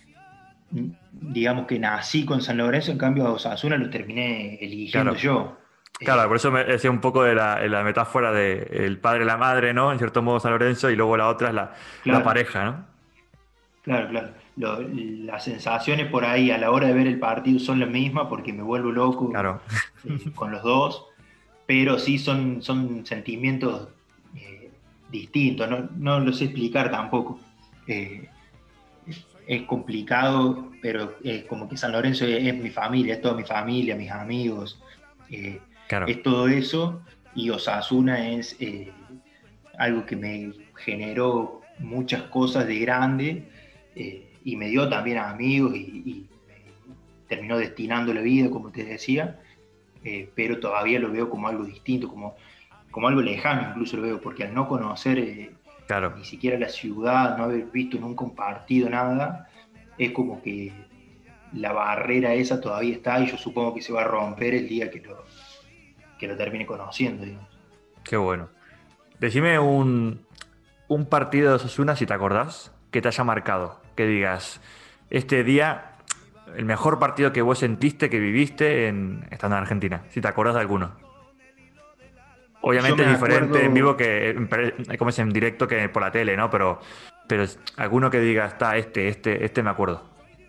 digamos que nací con San Lorenzo, en cambio a Osasuna lo terminé eligiendo claro. yo. Claro, por Eh, eso me decía un poco de la, de la metáfora de el padre y la madre, ¿no? En cierto modo San Lorenzo y luego la otra es la, la claro, pareja, ¿no? claro, claro. Lo- las sensaciones por ahí a la hora de ver el partido son las mismas porque me vuelvo loco Claro. eh, con los dos, pero sí son, son sentimientos eh, distintos, no, no lo sé explicar tampoco. Eh, es complicado, pero es como que San Lorenzo es, es mi familia, es toda mi familia, mis amigos, eh, Claro. es todo eso, y Osasuna es eh, algo que me generó muchas cosas de grande eh, y me dio también amigos y, y me terminó destinando la vida, como te decía, eh, pero todavía lo veo como algo distinto, como, como algo lejano, incluso lo veo, porque al no conocer eh, Claro. ni siquiera la ciudad, no haber visto nunca un partido, nada, es como que la barrera esa todavía está y yo supongo que se va a romper el día que lo, que lo termine conociendo, digamos. Qué bueno. Decime un, un partido de Osasuna, si te acordás, que te haya marcado. Que digas, este día, el mejor partido que vos sentiste, que viviste en, estando en Argentina. Si te acordás de alguno. Yo Obviamente me es diferente en vivo acuerdo que en, pre- como es en directo que por la tele, ¿no? Pero, pero es- alguno que diga, está este, este, este me acuerdo.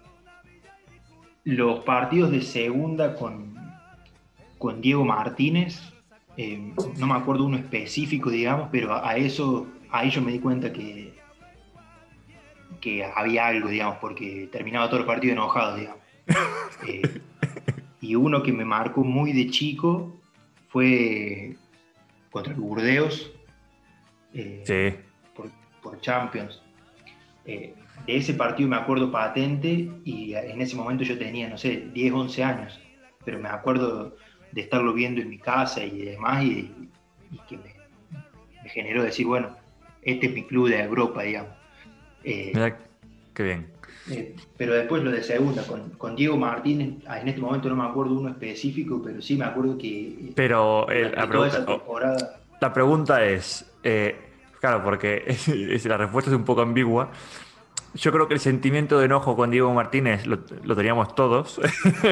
los partidos de segunda con, con Diego Martínez, eh, no me acuerdo uno específico, digamos, pero a, a eso, ahí yo me di cuenta que, que había algo, digamos, porque terminaba todo el partido enojado, digamos. Eh, y uno que me marcó muy de chico fue contra el Burdeos, eh, Sí, por- por Champions. Eh, de ese partido me acuerdo patente y en ese momento yo tenía, no sé, diez, once años, pero me acuerdo de estarlo viendo en mi casa y demás y, y que me, me generó decir, bueno, este es mi club de Europa, digamos. Eh, Mira, qué bien. eh, pero después lo de segunda, con, con Diego Martínez, ah, en este momento no me acuerdo uno específico, pero sí me acuerdo que Pero eh, durante la, toda pregunta, esa oh, temporada... la pregunta es, eh, claro, porque es- es- la respuesta es un poco ambigua. Yo creo que el sentimiento de enojo con Diego Martínez lo, lo teníamos todos,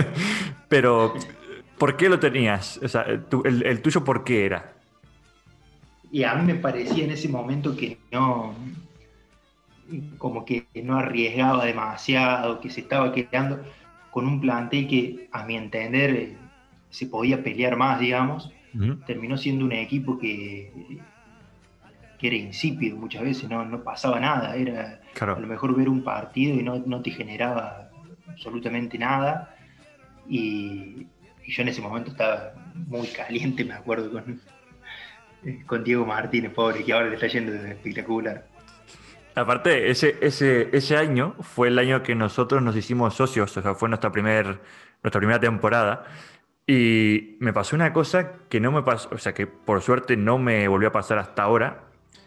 pero ¿por qué lo tenías? O sea, tu- el, el tuyo, ¿por qué era? Y a mí me parecía en ese momento que no, como que no arriesgaba demasiado, que se estaba quedando con un plantel que, a mi entender, eh, se podía pelear más, digamos. Ujú. Terminó siendo un equipo que, que era insípido muchas veces, no, no pasaba nada. Era a Claro. lo mejor ver un partido y no, no te generaba absolutamente nada. Y, y yo en ese momento estaba muy caliente, me acuerdo, con, con Diego Martínez, pobre, que ahora le está yendo espectacular. Aparte, ese, ese, ese año fue el año que nosotros nos hicimos socios, o sea, fue nuestra, primer, nuestra primera temporada. Y me pasó una cosa que no me pasó, o sea, que por suerte no me volvió a pasar hasta ahora,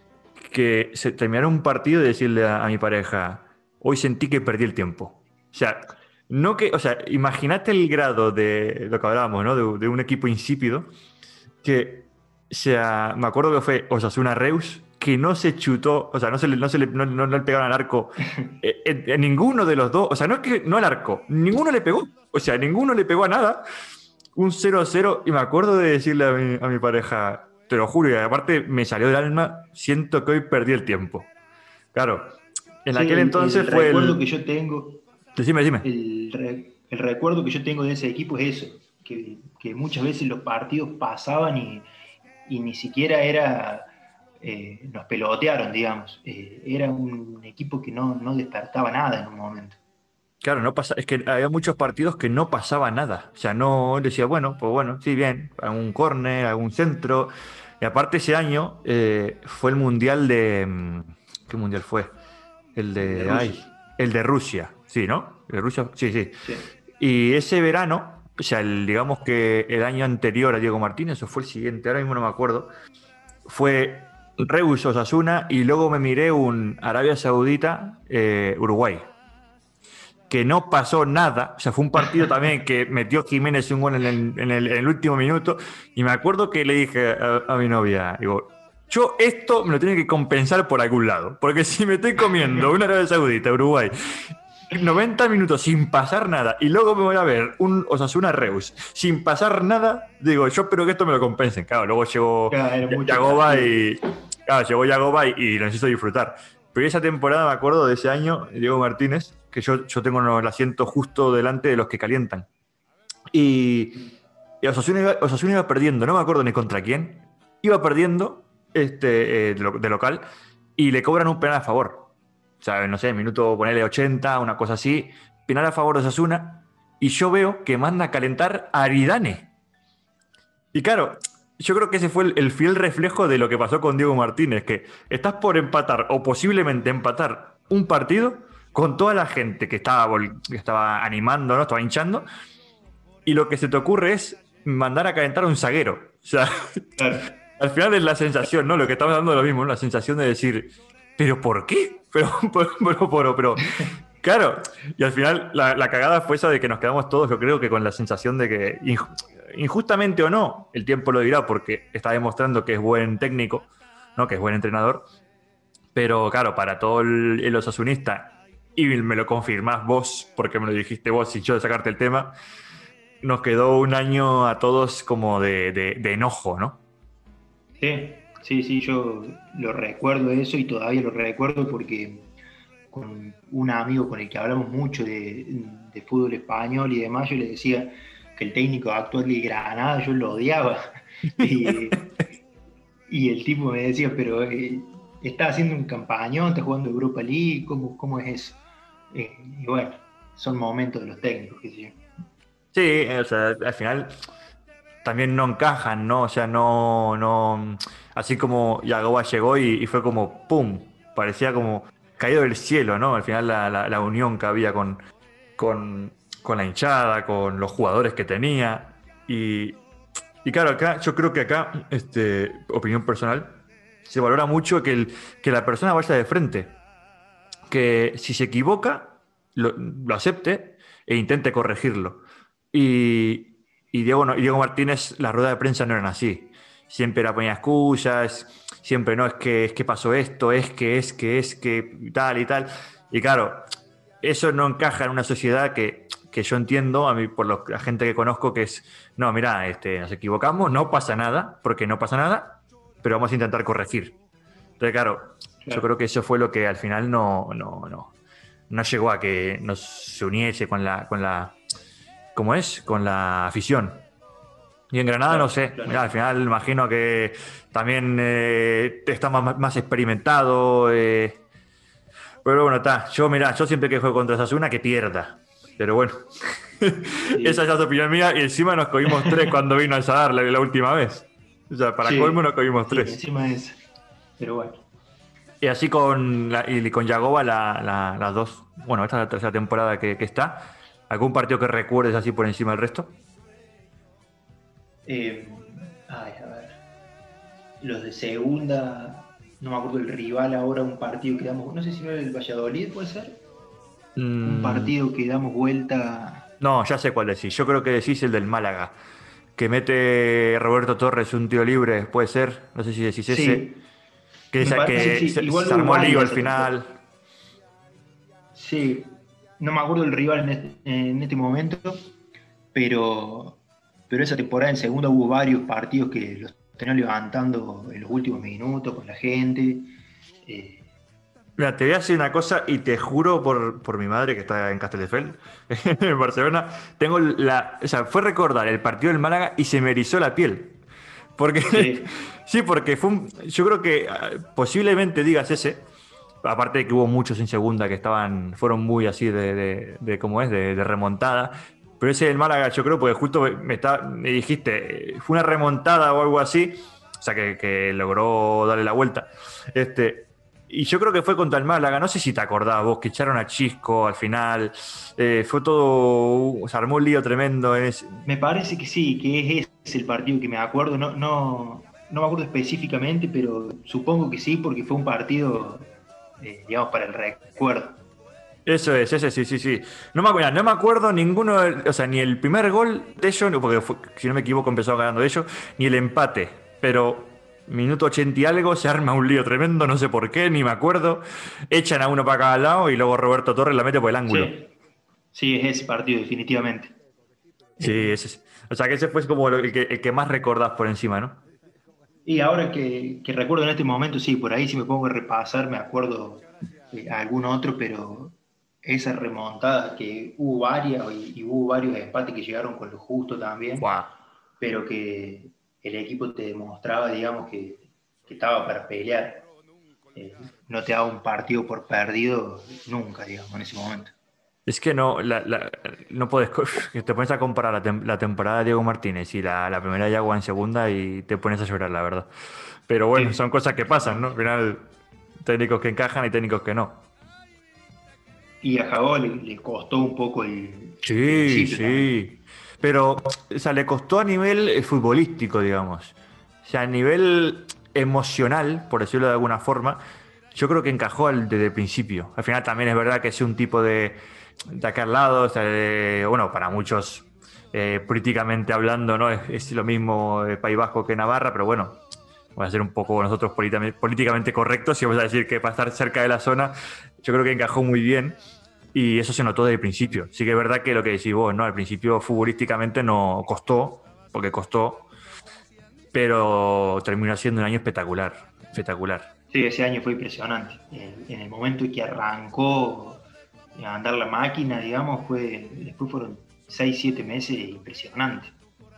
que se terminara un partido y decirle a, a mi pareja, hoy sentí que perdí el tiempo. O sea, no que, o sea, imagínate el grado de lo que hablábamos, ¿no? De, de un equipo insípido que, o sea, me acuerdo que fue Osasuna Reus, que no se chutó, o sea, no se le, no se le, no, no- no le pegaron al arco eh, en, en ninguno de los dos, o sea, no es que no al arco, ninguno le pegó, o sea, ninguno le pegó a nada, un cero a cero y me acuerdo de decirle a mi, a mi pareja, te lo juro, y aparte me salió del alma, siento que hoy perdí el tiempo. Claro, en Sí, aquel el, el entonces fue recuerdo que el... yo tengo, Decime, decime. el, re- el recuerdo que yo tengo de ese equipo es eso, que, que muchas veces los partidos pasaban y, y ni siquiera era, eh, nos pelotearon, digamos. Eh, era un equipo que no, no despertaba nada en un momento. Claro, no pasa, es que había muchos partidos que no pasaba nada. O sea, no decía, bueno, pues bueno, sí, bien, algún córner, algún centro. Y aparte ese año eh, fue el mundial de... mm, ¿Qué mundial fue? El El de de... Ay, Rusia, el de Rusia, sí, ¿no? ¿El de Rusia? Sí, sí. sí. Y ese verano, o sea, el- digamos que el año anterior a Diego Martínez, o fue el siguiente, ahora mismo no me acuerdo, fue Reus Osasuna y luego me miré un Arabia Saudita eh, Uruguay, que no pasó nada, o sea, fue un partido también que metió Jiménez un gol en el, en el- en el último minuto y me acuerdo que le dije a, a mi novia, digo, yo esto me lo tengo que compensar por algún lado, porque si me estoy comiendo una Arabia Saudita, Uruguay, noventa minutos sin pasar nada y luego me voy a ver un Osasuna Reus sin pasar nada, digo, yo espero que esto me lo compensen. Claro, luego llegó Ya, era mucho Yagoba castigo. y claro, llegó Yagoba y, y lo necesito disfrutar. Pero esa temporada me acuerdo de ese año, Diego Martínez, que yo, yo tengo el asiento justo delante de los que calientan. Y, y Osasuna, iba, Osasuna iba perdiendo, no me acuerdo ni contra quién, iba perdiendo este, eh, de, lo- de local y le cobran un penal a favor. O sea, no sé, minuto ponerle ochenta, una cosa así, penal a favor de Osasuna, y yo veo que manda a calentar a Aridane. Y claro, yo creo que ese fue el, el fiel reflejo de lo que pasó con Diego Martínez, que estás por empatar o posiblemente empatar un partido con toda la gente que estaba, vol- que estaba animando, ¿no? Estaba hinchando, y lo que se te ocurre es mandar a calentar a un zaguero. O sea, Claro, al final es la sensación, ¿no? Lo que estamos dando es lo mismo, ¿no? La sensación de decir, ¿pero por qué? Pero, pero, pero, pero, pero, claro. Y al final la, la cagada fue esa de que nos quedamos todos, yo creo que con la sensación de que, inju- injustamente o no, el tiempo lo dirá porque está demostrando que es buen técnico, ¿no? Que es buen entrenador. Pero claro, para todo el, el osasunista, y me lo confirmás vos, porque me lo dijiste vos y yo de sacarte el tema, nos quedó un año a todos como de, de, de enojo, ¿no? sí, sí, sí, yo lo recuerdo eso y todavía lo recuerdo porque con un amigo con el que hablamos mucho de, de fútbol español y demás, yo le decía que el técnico actual de Granada yo lo odiaba. Y, y el tipo me decía, pero eh, está haciendo un campañón, está jugando Europa League, ¿cómo, cómo es eso? Eh, y bueno, son momentos de los técnicos, qué sé yo. Sí, o sea, al final también no encajan, ¿no? O sea, no, no, así como Yagoba llegó y, y fue como ¡pum! parecía como caído del cielo, ¿no? Al final la, la, la unión que había con, con, con la hinchada, con los jugadores que tenía. Y, y claro, acá yo creo que acá, este, opinión personal, se valora mucho que, el, que la persona vaya de frente. Que si se equivoca, lo, lo acepte e intente corregirlo. Y, y Diego, no- y Diego Martínez, la rueda de prensa no eran así. Siempre era ponía excusas, siempre no, es que, es que pasó esto, es que, es que, es que, y tal y tal. Y claro, eso no encaja en una sociedad que, que yo entiendo, a mí, por lo- la gente que conozco, que es, no, mira, este, nos equivocamos, no pasa nada, porque no pasa nada, pero vamos a intentar corregir. Entonces, claro, yo Claro, creo que eso fue lo que al final no, no, no, no llegó a que nos se uniese con la, con la, ¿cómo es? Con la afición. Y en Granada no claro, sé, claro. mirá, al final imagino que también eh, está más, más experimentado. eh, pero bueno, está. Yo, mirá, yo siempre que juego contra Sasuna que pierda. Pero bueno, esa Sí. ya es opinión mía. Y encima nos cogimos tres cuando vino a Sadar la, la última vez. O sea, para colmo Sí, nos cogimos sí, tres. encima de eso. Pero bueno. Y así con, la, y con Yagoba la- la- las dos. Bueno, esta es la tercera temporada que, que está. ¿Algún partido que recuerdes así por encima del resto? Eh, ay, a ver. Los de segunda, no me acuerdo el rival ahora, un partido que damos, no sé si no era el Valladolid, puede ser. Un Mm, partido que damos vuelta. no, ya sé cuál decís. Yo creo que decís el del Málaga. Que mete Roberto Torres un tiro libre, puede ser. No sé si decís ese. Sí, Que, me esa- parece que que sí. se, Igual se hubo armó lío al varias esa temporada. final. Sí, no me acuerdo el rival en este, en este momento, pero, pero esa temporada en segunda hubo varios partidos que los tenían levantando en los últimos minutos con la gente. Eh, Mira, te voy a decir una cosa y te juro por, por mi madre que está en Castelldefels, en Barcelona, tengo la, o sea, fue recordar el partido del Málaga y se me erizó la piel. Porque, sí, sí, porque fue un, yo creo que ah, posiblemente digas ese, aparte de que hubo muchos en segunda que estaban, fueron muy así de, de, de ¿cómo es? De, de remontada. Pero ese del Málaga, yo creo, porque justo me, está, me dijiste, eh, fue una remontada o algo así, o sea, que, que logró darle la vuelta. Este, y yo creo que fue contra el Málaga, no sé si te acordás vos, que echaron a Chisco al final, eh, fue todo, se armó un lío tremendo en ese. me parece que sí, que es ese el partido que me acuerdo. No, no, no me acuerdo específicamente, pero supongo que sí, porque fue un partido, eh, digamos, para el recuerdo. Eso es, ese sí, sí, sí. No me acuerdo, no me acuerdo ninguno, del- o sea, ni el primer gol de ellos, porque fue- si no me equivoco empezó ganando ellos, ni el empate. Pero minuto ochenta y algo se arma un lío tremendo, no sé por qué, ni me acuerdo. Echan a uno para cada lado y luego Roberto Torres la mete por el ángulo. Sí, sí, es ese partido, definitivamente. Sí, Eh, ese es. O sea, que ese fue como el que, el que más recordás por encima, ¿no? y ahora que, que recuerdo en este momento, sí, por ahí si me pongo a repasar, me acuerdo eh, algún otro, pero esa remontada que hubo varias y, y hubo varios empates que llegaron con lo justo también, Buah. pero que el equipo te demostraba, digamos, que, que estaba para pelear. Eh, no te daba un partido por perdido nunca, digamos, en ese momento. Es que no, la, la- no puedes, co- que te pones a comparar la, tem- la temporada de Diego Martínez y la, la primera de Yago en segunda y te pones a llorar, la verdad. Pero bueno, Sí, son cosas que pasan, ¿no? Al final, técnicos que encajan y técnicos que no. y a Jagó le, le costó un poco el, el Sí, principio también. sí. Pero, o sea, le costó a nivel eh, futbolístico, digamos. O sea, a nivel emocional, por decirlo de alguna forma, yo creo que encajó al- desde el principio. Al final también es verdad que es un tipo de, de aquel lado, o sea, de- bueno, para muchos, eh, políticamente hablando, ¿no? Es, es lo mismo de País Vasco que Navarra, pero bueno, vamos a ser un poco nosotros políticamente, políticamente correctos y vamos a decir que para estar cerca de la zona, yo creo que encajó muy bien. Y eso se notó desde el principio. Sí que es verdad que lo que decís vos, ¿no? Al principio futbolísticamente no costó, porque costó, pero terminó siendo un año espectacular. Espectacular. Sí, ese año fue impresionante. En, en el momento en que arrancó a andar la máquina, digamos, fue, después fueron seis siete meses impresionantes.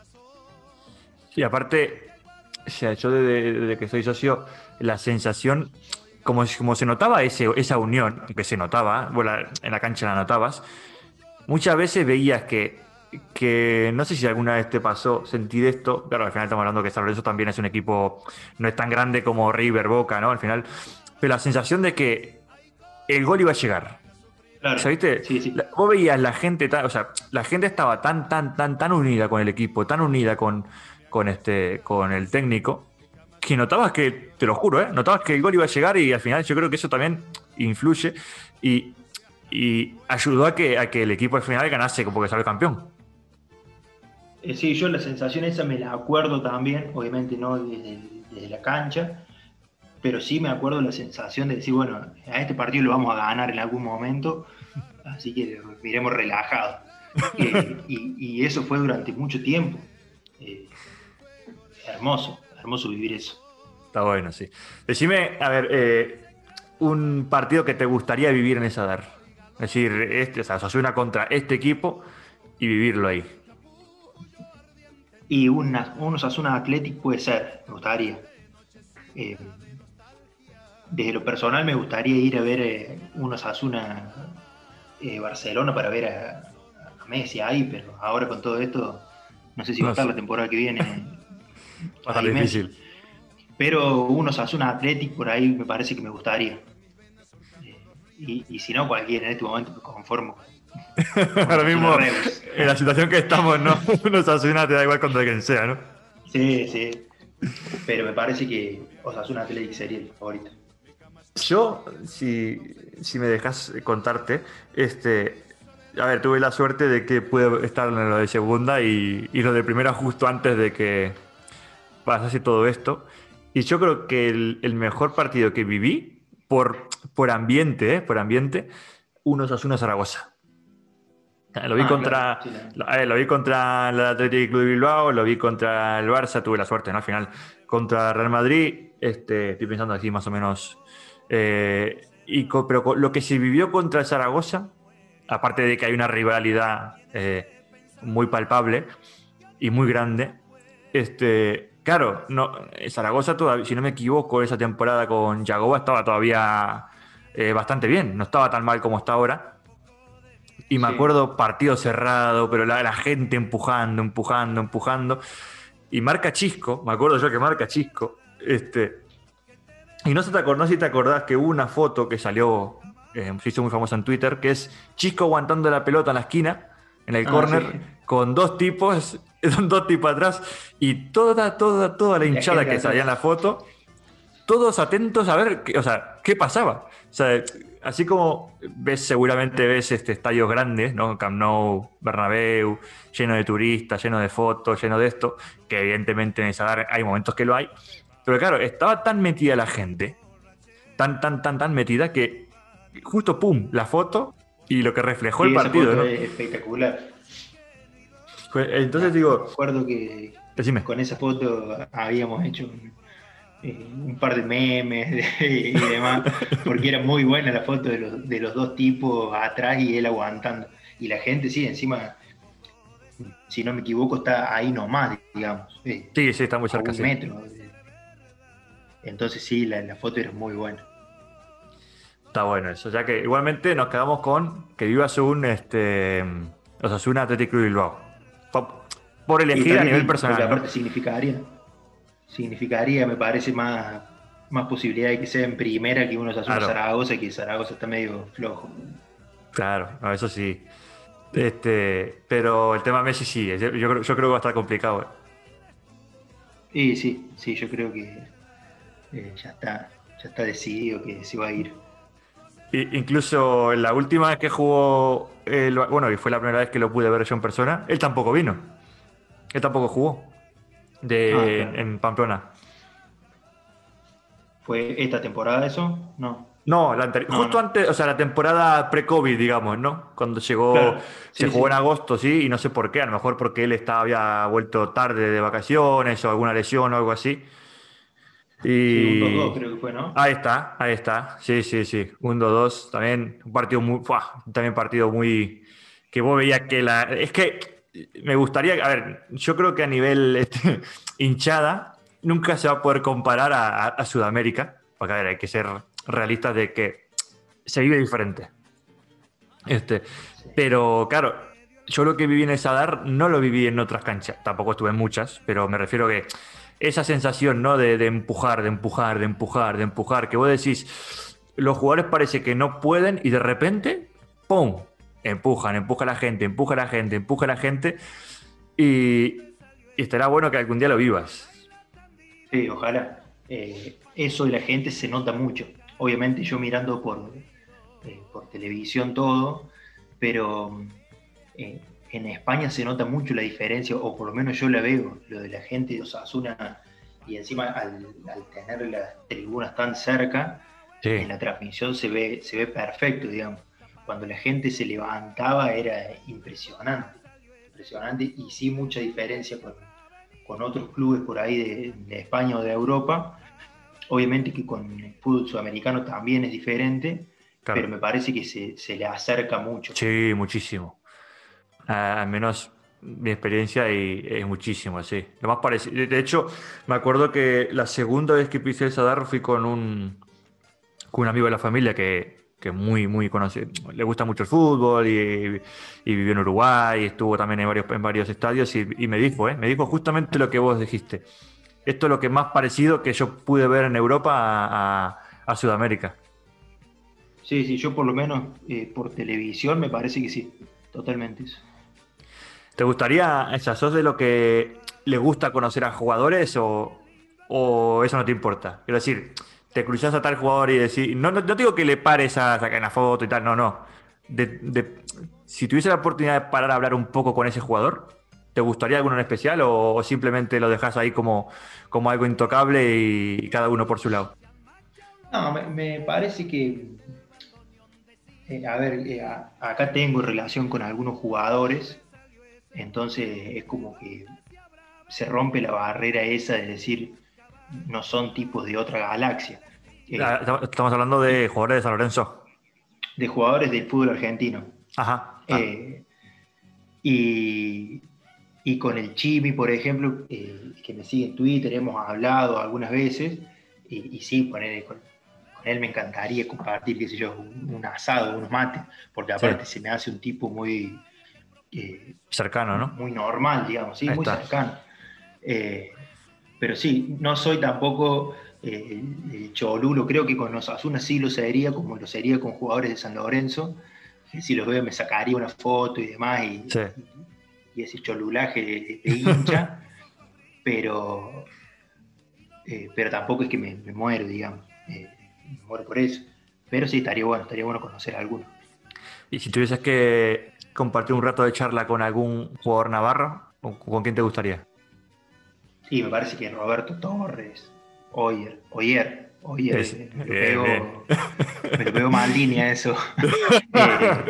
Y aparte, o sea, yo desde, desde que soy socio, la sensación, como, como se notaba ese, esa unión, que se notaba, bueno, en la cancha la notabas, muchas veces veías que, que, no sé si alguna vez te pasó sentir esto, claro, al final estamos hablando que San Lorenzo también es un equipo, no es tan grande como River, Boca, ¿no? Al final pero la sensación de que el gol iba a llegar. Claro. O sea, ¿viste? Sí, sí. La- Vos veías la gente, tan- o sea, la gente estaba tan, tan, tan, tan unida con el equipo, tan unida con, con este, con el técnico, que notabas que, te lo juro, ¿eh? Notabas que el gol iba a llegar y al final yo creo que eso también influye y, y ayudó a que, a que el equipo al final ganase porque salió campeón. Eh, sí, yo la sensación esa me la acuerdo también, obviamente no desde, desde la cancha, pero sí me acuerdo la sensación de decir, bueno, a este partido lo vamos a ganar en algún momento, así que miremos relajados. Eh, y, y eso fue durante mucho tiempo. Eh, hermoso, hermoso vivir eso. Está bueno, sí. Decime, a ver, eh, un partido que te gustaría vivir en esa dar. Es decir, este, o sea, Osasuna contra este equipo y vivirlo ahí. Y una, un Osasuna Athletic puede ser, me gustaría. Eh, desde lo personal me gustaría ir a ver eh, un Osasuna eh, Barcelona para ver a, a Messi ahí, pero ahora con todo esto no sé si va a No estar sé, la temporada que viene va a estar ahí Messi. difícil. Pero un Osasuna Athletic por ahí me parece que me gustaría. Eh, y, y si no, cualquiera, en este momento me conformo con Ahora Osasuna mismo, Reus. en la situación que estamos, no, un Osasuna te da igual contra quien sea, ¿no? Sí, sí. Pero me parece que Osasuna Athletic sería el favorito. Yo, si, si me dejas contarte, este, a ver, tuve la suerte de que pude estar en lo de segunda y, y lo de primera justo antes de que pasase todo esto. Y yo creo que el, el mejor partido que viví, por, por ambiente, ¿eh? Por ambiente, uno Osasuna Zaragoza. Lo vi Ah, claro. contra, Sí, la- lo, eh, lo vi contra el Athletic Club de Bilbao, lo vi contra el Barça, tuve la suerte, ¿no? Al final, contra Real Madrid, este, estoy pensando aquí más o menos. eh, y co- pero co- lo que se vivió contra el Zaragoza, aparte de que hay una rivalidad eh, muy palpable y muy grande, este, claro, no, el Zaragoza todavía, si no me equivoco, esa temporada con Yagoba estaba todavía eh, bastante bien, no estaba tan mal como está ahora. Y me sí. acuerdo partido cerrado, pero la, la gente empujando, empujando, empujando. Y marca Chisco, me acuerdo yo que marca Chisco. Este, y no, se te acordás, no sé si te acordás que hubo una foto que salió, eh, se hizo muy famosa en Twitter, que es Chisco aguantando la pelota en la esquina, en el Ah, sí. córner, con dos tipos, dos tipos atrás, y toda, toda, toda la Y la hinchada gente que salía en la atrás. foto, todos atentos a ver, qué, o sea, qué pasaba. O sea, así como ves, seguramente ves este, estadios grandes, ¿no? Camp Nou, Bernabéu, lleno de turistas, lleno de fotos, lleno de esto, que evidentemente en esa área hay momentos que lo hay. Pero claro, estaba tan metida la gente, tan, tan, tan, tan metida que justo, pum, la foto y lo que reflejó el Sí, esa partido, foto ¿no? es espectacular. Pues, Me entonces me digo, acuerdo que decime. con esa foto habíamos hecho un, eh, un par de memes de- y demás, porque era muy buena la foto de los, de los dos tipos atrás y él aguantando. Y la gente, sí, encima, si no me equivoco, está ahí nomás, digamos, eh, Sí, sí, está muy a cerca, un sí. metro. Entonces, sí, la, la foto era muy buena. Está bueno eso. Ya que igualmente nos quedamos con que vivas un este, Osasuna Athletic Club Bilbao. Po- Por Y elegir a estaría nivel lindo, porque personal, ¿no? aparte significaría, significaría, me parece, más, más posibilidad de que sea en primera que uno se hace una Claro, Zaragoza, que Zaragoza está medio flojo. claro, no, eso sí. Este, pero el tema Messi sí, yo, yo creo, yo creo que va a estar complicado. ¿Eh? Y sí, sí, yo creo que eh, ya está, ya está decidido que se va a ir. I- incluso la última vez que jugó, el- bueno, y fue la primera vez que lo pude ver yo en persona, él tampoco vino. Él tampoco jugó Ah, de, en, claro. en Pamplona. ¿Fue esta temporada eso? No, No, la anteri- no, justo no. antes, o sea, la temporada pre-COVID, digamos, ¿no? Cuando llegó, Claro, se sí, jugó en sí. agosto, sí, y no sé por qué, a lo mejor porque él estaba, había vuelto tarde de vacaciones o alguna lesión o algo así. Sí, un dos Y dos creo que fue, ¿no? ahí está, ahí está, sí, sí, sí, un dos dos también, un partido muy, ¡fua! También partido muy, que vos veías que la, es que me gustaría, a ver, yo creo que a nivel este, hinchada, nunca se va a poder comparar a, a- a Sudamérica, porque a ver, hay que ser realistas de que se vive diferente. Este, Sí. pero claro, yo lo que viví en el Sadar no lo viví en otras canchas. Tampoco estuve en muchas, pero me refiero que esa sensación, ¿no? De, de empujar, de empujar, de empujar, de empujar, que vos decís, los jugadores parece que no pueden y de repente, ¡pum! Empujan, empuja a la gente, empuja a la gente, empuja a la gente y, y estará bueno que algún día lo vivas. Sí, ojalá. Eh, eso de la gente se nota mucho. Obviamente yo mirando por, eh, por televisión todo, pero eh, en España se nota mucho la diferencia, o por lo menos yo la veo, lo de la gente de Osasuna, y encima al, al tener las tribunas tan cerca, Sí. en la transmisión se ve, se ve perfecto, digamos. Cuando la gente se levantaba era impresionante, impresionante, y sí mucha diferencia con, con otros clubes por ahí de, de España o de Europa. Obviamente que con el fútbol sudamericano también es diferente, Claro. pero me parece que se, se le acerca mucho. Sí, muchísimo. Ah, al menos mi experiencia y es muchísimo, sí. Lo más parecido. De hecho, me acuerdo que la segunda vez que pisé el Sadar fui con un, con un amigo de la familia que, que muy, muy conocido. Le gusta mucho el fútbol y, y vivió en Uruguay y estuvo también en varios, en varios estadios y, y me dijo, ¿eh? Me dijo justamente lo que vos dijiste. Esto es lo que más parecido que yo pude ver en Europa a, a- a Sudamérica. Sí, sí, yo por lo menos eh, por televisión me parece que sí, totalmente eso. ¿Te gustaría, o sea, sos de lo que le gusta conocer a jugadores o, o eso no te importa? Quiero decir, te cruzas a tal jugador y decís, no, no, no te digo que le pares a sacar una foto y tal, no, no. De, de- si tuviese la oportunidad de parar a hablar un poco con ese jugador, ¿te gustaría alguno en especial o, o simplemente lo dejas ahí como, como algo intocable y cada uno por su lado? No, me, me parece que, eh, a ver, eh, a- acá tengo relación con algunos jugadores, entonces es como que se rompe la barrera esa de decir no son tipos de otra galaxia. Ah, Eh, estamos hablando de jugadores de San Lorenzo. de jugadores del fútbol argentino. Ajá, ah, Eh, y, y con el Chimi, por ejemplo, eh, que me sigue en Twitter, hemos hablado algunas veces, y, y sí, con él, con, con él me encantaría compartir, qué sé yo, un, un asado, unos mates, porque sí, aparte se me hace un tipo muy, eh, cercano, ¿no? muy normal, digamos, sí, Ahí muy está. cercano. Eh, pero sí, no soy tampoco eh, el cholulo, creo que con Osasuna sí lo sería, como lo sería con jugadores de San Lorenzo, que si los veo me sacaría una foto y demás, y, Sí. y, y ese cholulaje de, de hincha, pero, eh, pero tampoco es que me, me muero, digamos, eh, me muero por eso. Pero sí, estaría bueno, estaría bueno conocer a alguno. Y si tuvieses que compartir un rato de charla con algún jugador navarro, ¿con, con quién te gustaría? Sí, me parece que Roberto Torres, Oyer, Oyer, Oyer, Es, eh, me lo bien, bien. pego, me lo pego más en línea eso. eh,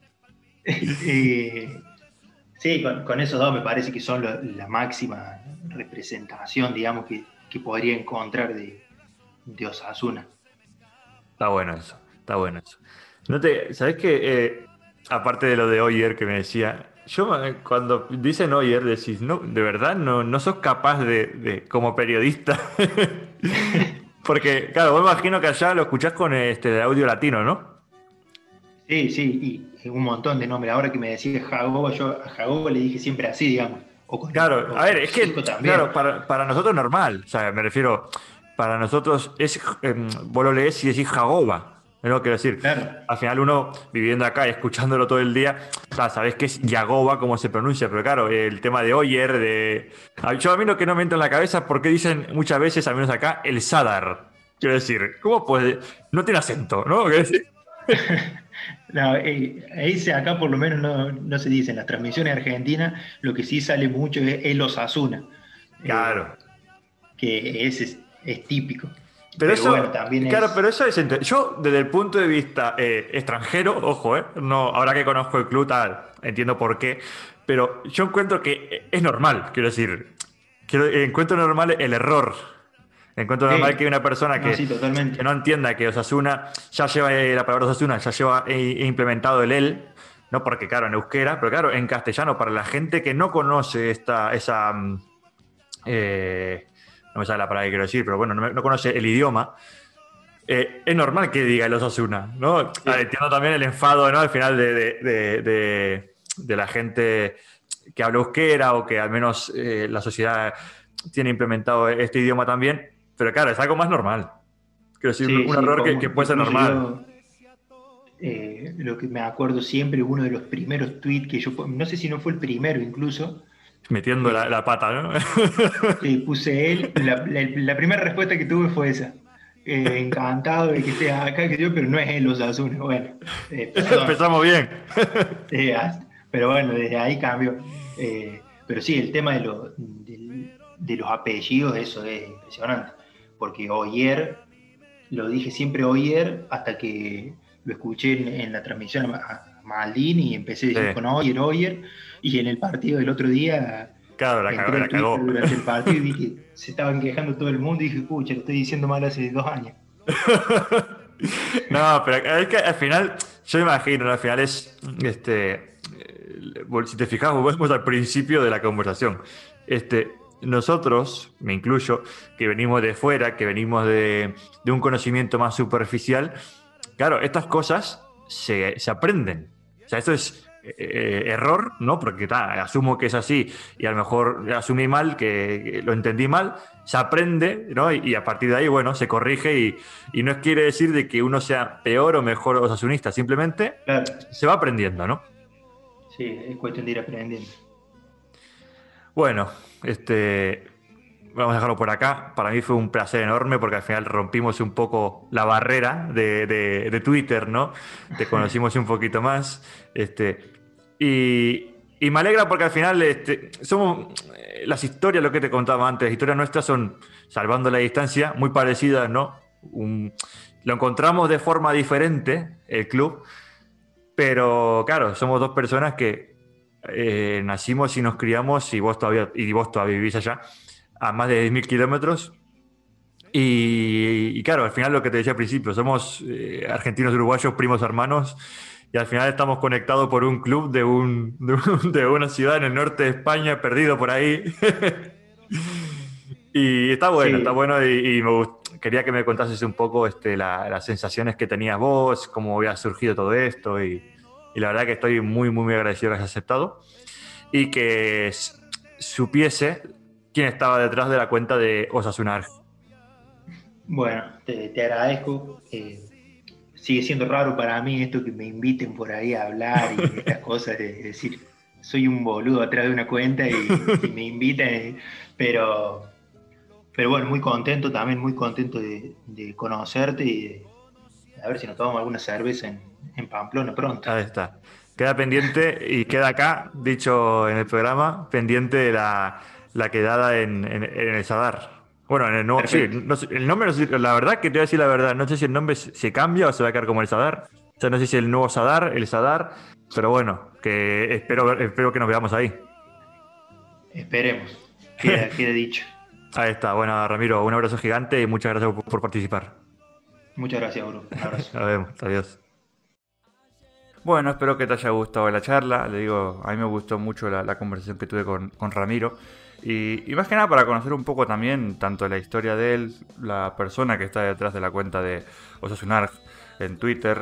eh, sí, con, con esos dos me parece que son lo- la máxima representación, digamos, que, que podría encontrar de, de Osasuna. Está bueno eso, está bueno eso. No te, ¿sabes qué? Eh, aparte de lo de Oyer que me decía, yo eh, cuando dicen Oyer decís, no, de verdad no, no sos capaz de, de- como periodista. Porque, claro, vos me imagino que allá lo escuchás con este de audio latino, ¿no? Sí, sí, y un montón de nombres. Ahora que me decís Jagoba, yo a Jagoba le dije siempre así, digamos. O con, Claro, o a ver, con es que, Sisco también. claro, para, para nosotros es normal, o sea, me refiero, para nosotros es, eh, vos lo lees y decís Jagoba, ¿no? Quiero decir, Claro, al final uno viviendo acá y escuchándolo todo el día, claro, sabés que es Yagoba como se pronuncia, pero claro, el tema de Oyer, de... a- Yo a mí lo que no me entra en la cabeza es por qué dicen muchas veces, al menos acá, el Sadar. Quiero decir, ¿cómo puede? No tiene acento, ¿no? Quiero decir, no, eh, ese acá por lo menos no, no se dice. En las transmisiones argentinas lo que sí sale mucho es el Osasuna, eh, claro. que ese es, es típico. Pero Pero bueno, eso, también claro, es... pero eso es... ente- Yo, desde el punto de vista eh, extranjero, ojo, eh, no, ahora que conozco el club, tal, entiendo por qué, pero yo encuentro que es normal, quiero decir, quiero, encuentro normal el error. Encuentro normal que Sí, una persona no, que, sí, que no totalmente. entienda que Osasuna ya lleva eh, la palabra Osasuna, ya lleva eh, implementado el él, no porque, claro, en euskera, pero claro, en castellano, para la gente que no conoce esta, esa. mm, eh, no me sale la palabra que quiero decir, pero bueno, no, me- no conoce el idioma, eh, es normal que diga el Osasuna, ¿no? A ver, Sí, entiendo también el enfado, ¿no? Al final de, de, de, de- de la gente que habla euskera o que al menos eh, la sociedad tiene implementado este idioma también, pero claro, es algo más normal. Quiero decir, Sí, un, un sí, error que, como que puede ser incluso normal. yo, eh, lo que me acuerdo siempre, uno de los primeros tweets que yo, no sé si no fue el primero incluso, Metiendo la, eh, la pata, ¿no? sí, puse él, la, la- la primera respuesta que tuve fue esa. Eh, encantado de que estés acá, que yo, pero no es él Osasuna. Bueno, eh, perdón. Empezamos bien. Eh, as- pero bueno, desde ahí cambió. Eh, pero sí, el tema de, lo- del- de los apellidos, eso es impresionante. Porque Oyer, lo dije siempre Oyer hasta que lo escuché en, en la transmisión a, a Maldini y empecé a Sí, decir con Oyer, Oyer. Y en el partido del otro día claro, la entré cagó. al La Twitter cagó. durante el partido y vi que se estaban quejando todo el mundo y dije, pucha, lo estoy diciendo mal hace dos años. No, pero es que al final, yo me imagino, al final es, este, eh, si te fijas, volvemos al principio de la conversación. Este, nosotros, me incluyo, que venimos de fuera, que venimos de, de un conocimiento más superficial, claro, estas cosas se, se aprenden. O sea, esto es eh, error, ¿no? Porque ta, asumo que es así y a lo mejor asumí mal, que, que lo entendí mal, se aprende, ¿no? Y, y a partir de ahí, bueno, se corrige y, y no quiere decir de que uno sea peor o mejor osasunista, simplemente Claro, se va aprendiendo, ¿no? sí, es cuestión de ir aprendiendo. Bueno, este, vamos a dejarlo por acá. Para mí fue un placer enorme porque al final rompimos un poco la barrera de, de- de Twitter, ¿no? Te conocimos un poquito más. Este, y, y me alegra porque al final este, somos eh, las historias, lo que te contaba antes, las historias nuestras son, salvando la distancia, muy parecidas, ¿no? Un- lo encontramos de forma diferente, el club, pero claro, somos dos personas que eh, nacimos y nos criamos y vos todavía, y vos todavía vivís allá a más de diez mil kilómetros. Y, y claro, al final lo que te decía al principio, somos eh, argentinos y uruguayos, primos hermanos, y al final estamos conectados por un club de, un, de, un- de una ciudad en el norte de España, perdido por ahí. Y está bueno, está Sí, bueno y, y me gust- quería que me contases un poco este, la- las sensaciones que tenías vos, cómo había surgido todo esto y, y la verdad que estoy muy, muy, muy agradecido que hayas aceptado y que s- supiese quién estaba detrás de la cuenta de Osasuna Arg. bueno, te, te agradezco. Eh, sigue siendo raro para mí esto que me inviten por ahí a hablar y estas cosas, de decir, soy un boludo atrás de una cuenta y, y me invitan, eh, pero, pero bueno, muy contento también, muy contento de, de conocerte y de, a ver si nos tomamos alguna cerveza en, en Pamplona pronto. Ahí está. Queda pendiente y queda acá, dicho en el programa, pendiente de la, la quedada en, en- en el Sadar. Bueno, en el nuevo. Sí, Perfecto. no sé, el nombre, no sé- la verdad que te voy a decir la verdad, no sé si el nombre se se cambia o se va a quedar como el Sadar. O sea, no sé si el nuevo Sadar, el Sadar, pero bueno, que espero, espero que nos veamos ahí. Esperemos. Queda, queda dicho. Ahí está. Bueno, Ramiro, un abrazo gigante y muchas gracias por, por participar. Muchas gracias, Bruno. Un abrazo. Nos vemos. Adiós. Bueno, espero que te haya gustado la charla. Le digo, a mí me gustó mucho la, la conversación que tuve con, con Ramiro. Y, y más que nada para conocer un poco también tanto la historia de él, la persona que está detrás de la cuenta de Osasunarg en Twitter.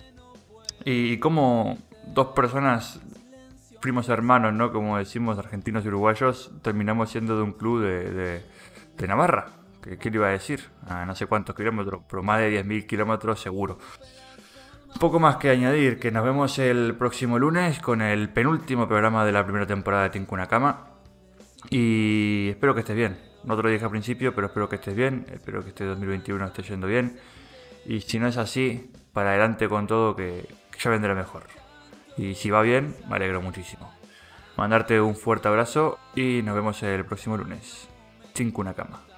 Y cómo dos personas, primos hermanos, ¿no? Como decimos, argentinos y uruguayos, terminamos siendo de un club de, de, de Navarra. ¿Qué, ¿Qué le iba a decir? A no sé cuántos kilómetros, pero más de diez mil kilómetros seguro. Poco más que añadir, que nos vemos el próximo lunes con el penúltimo programa de la primera temporada de Tinkunakama. Y espero que estés bien. No te lo dije al principio, pero espero que estés bien. Espero que este dos mil veintiuno esté yendo bien. Y si no es así, para adelante con todo, que, que ya vendrá mejor. Y si va bien, me alegro muchísimo. Mandarte un fuerte abrazo y nos vemos el próximo lunes. Tinkunakama.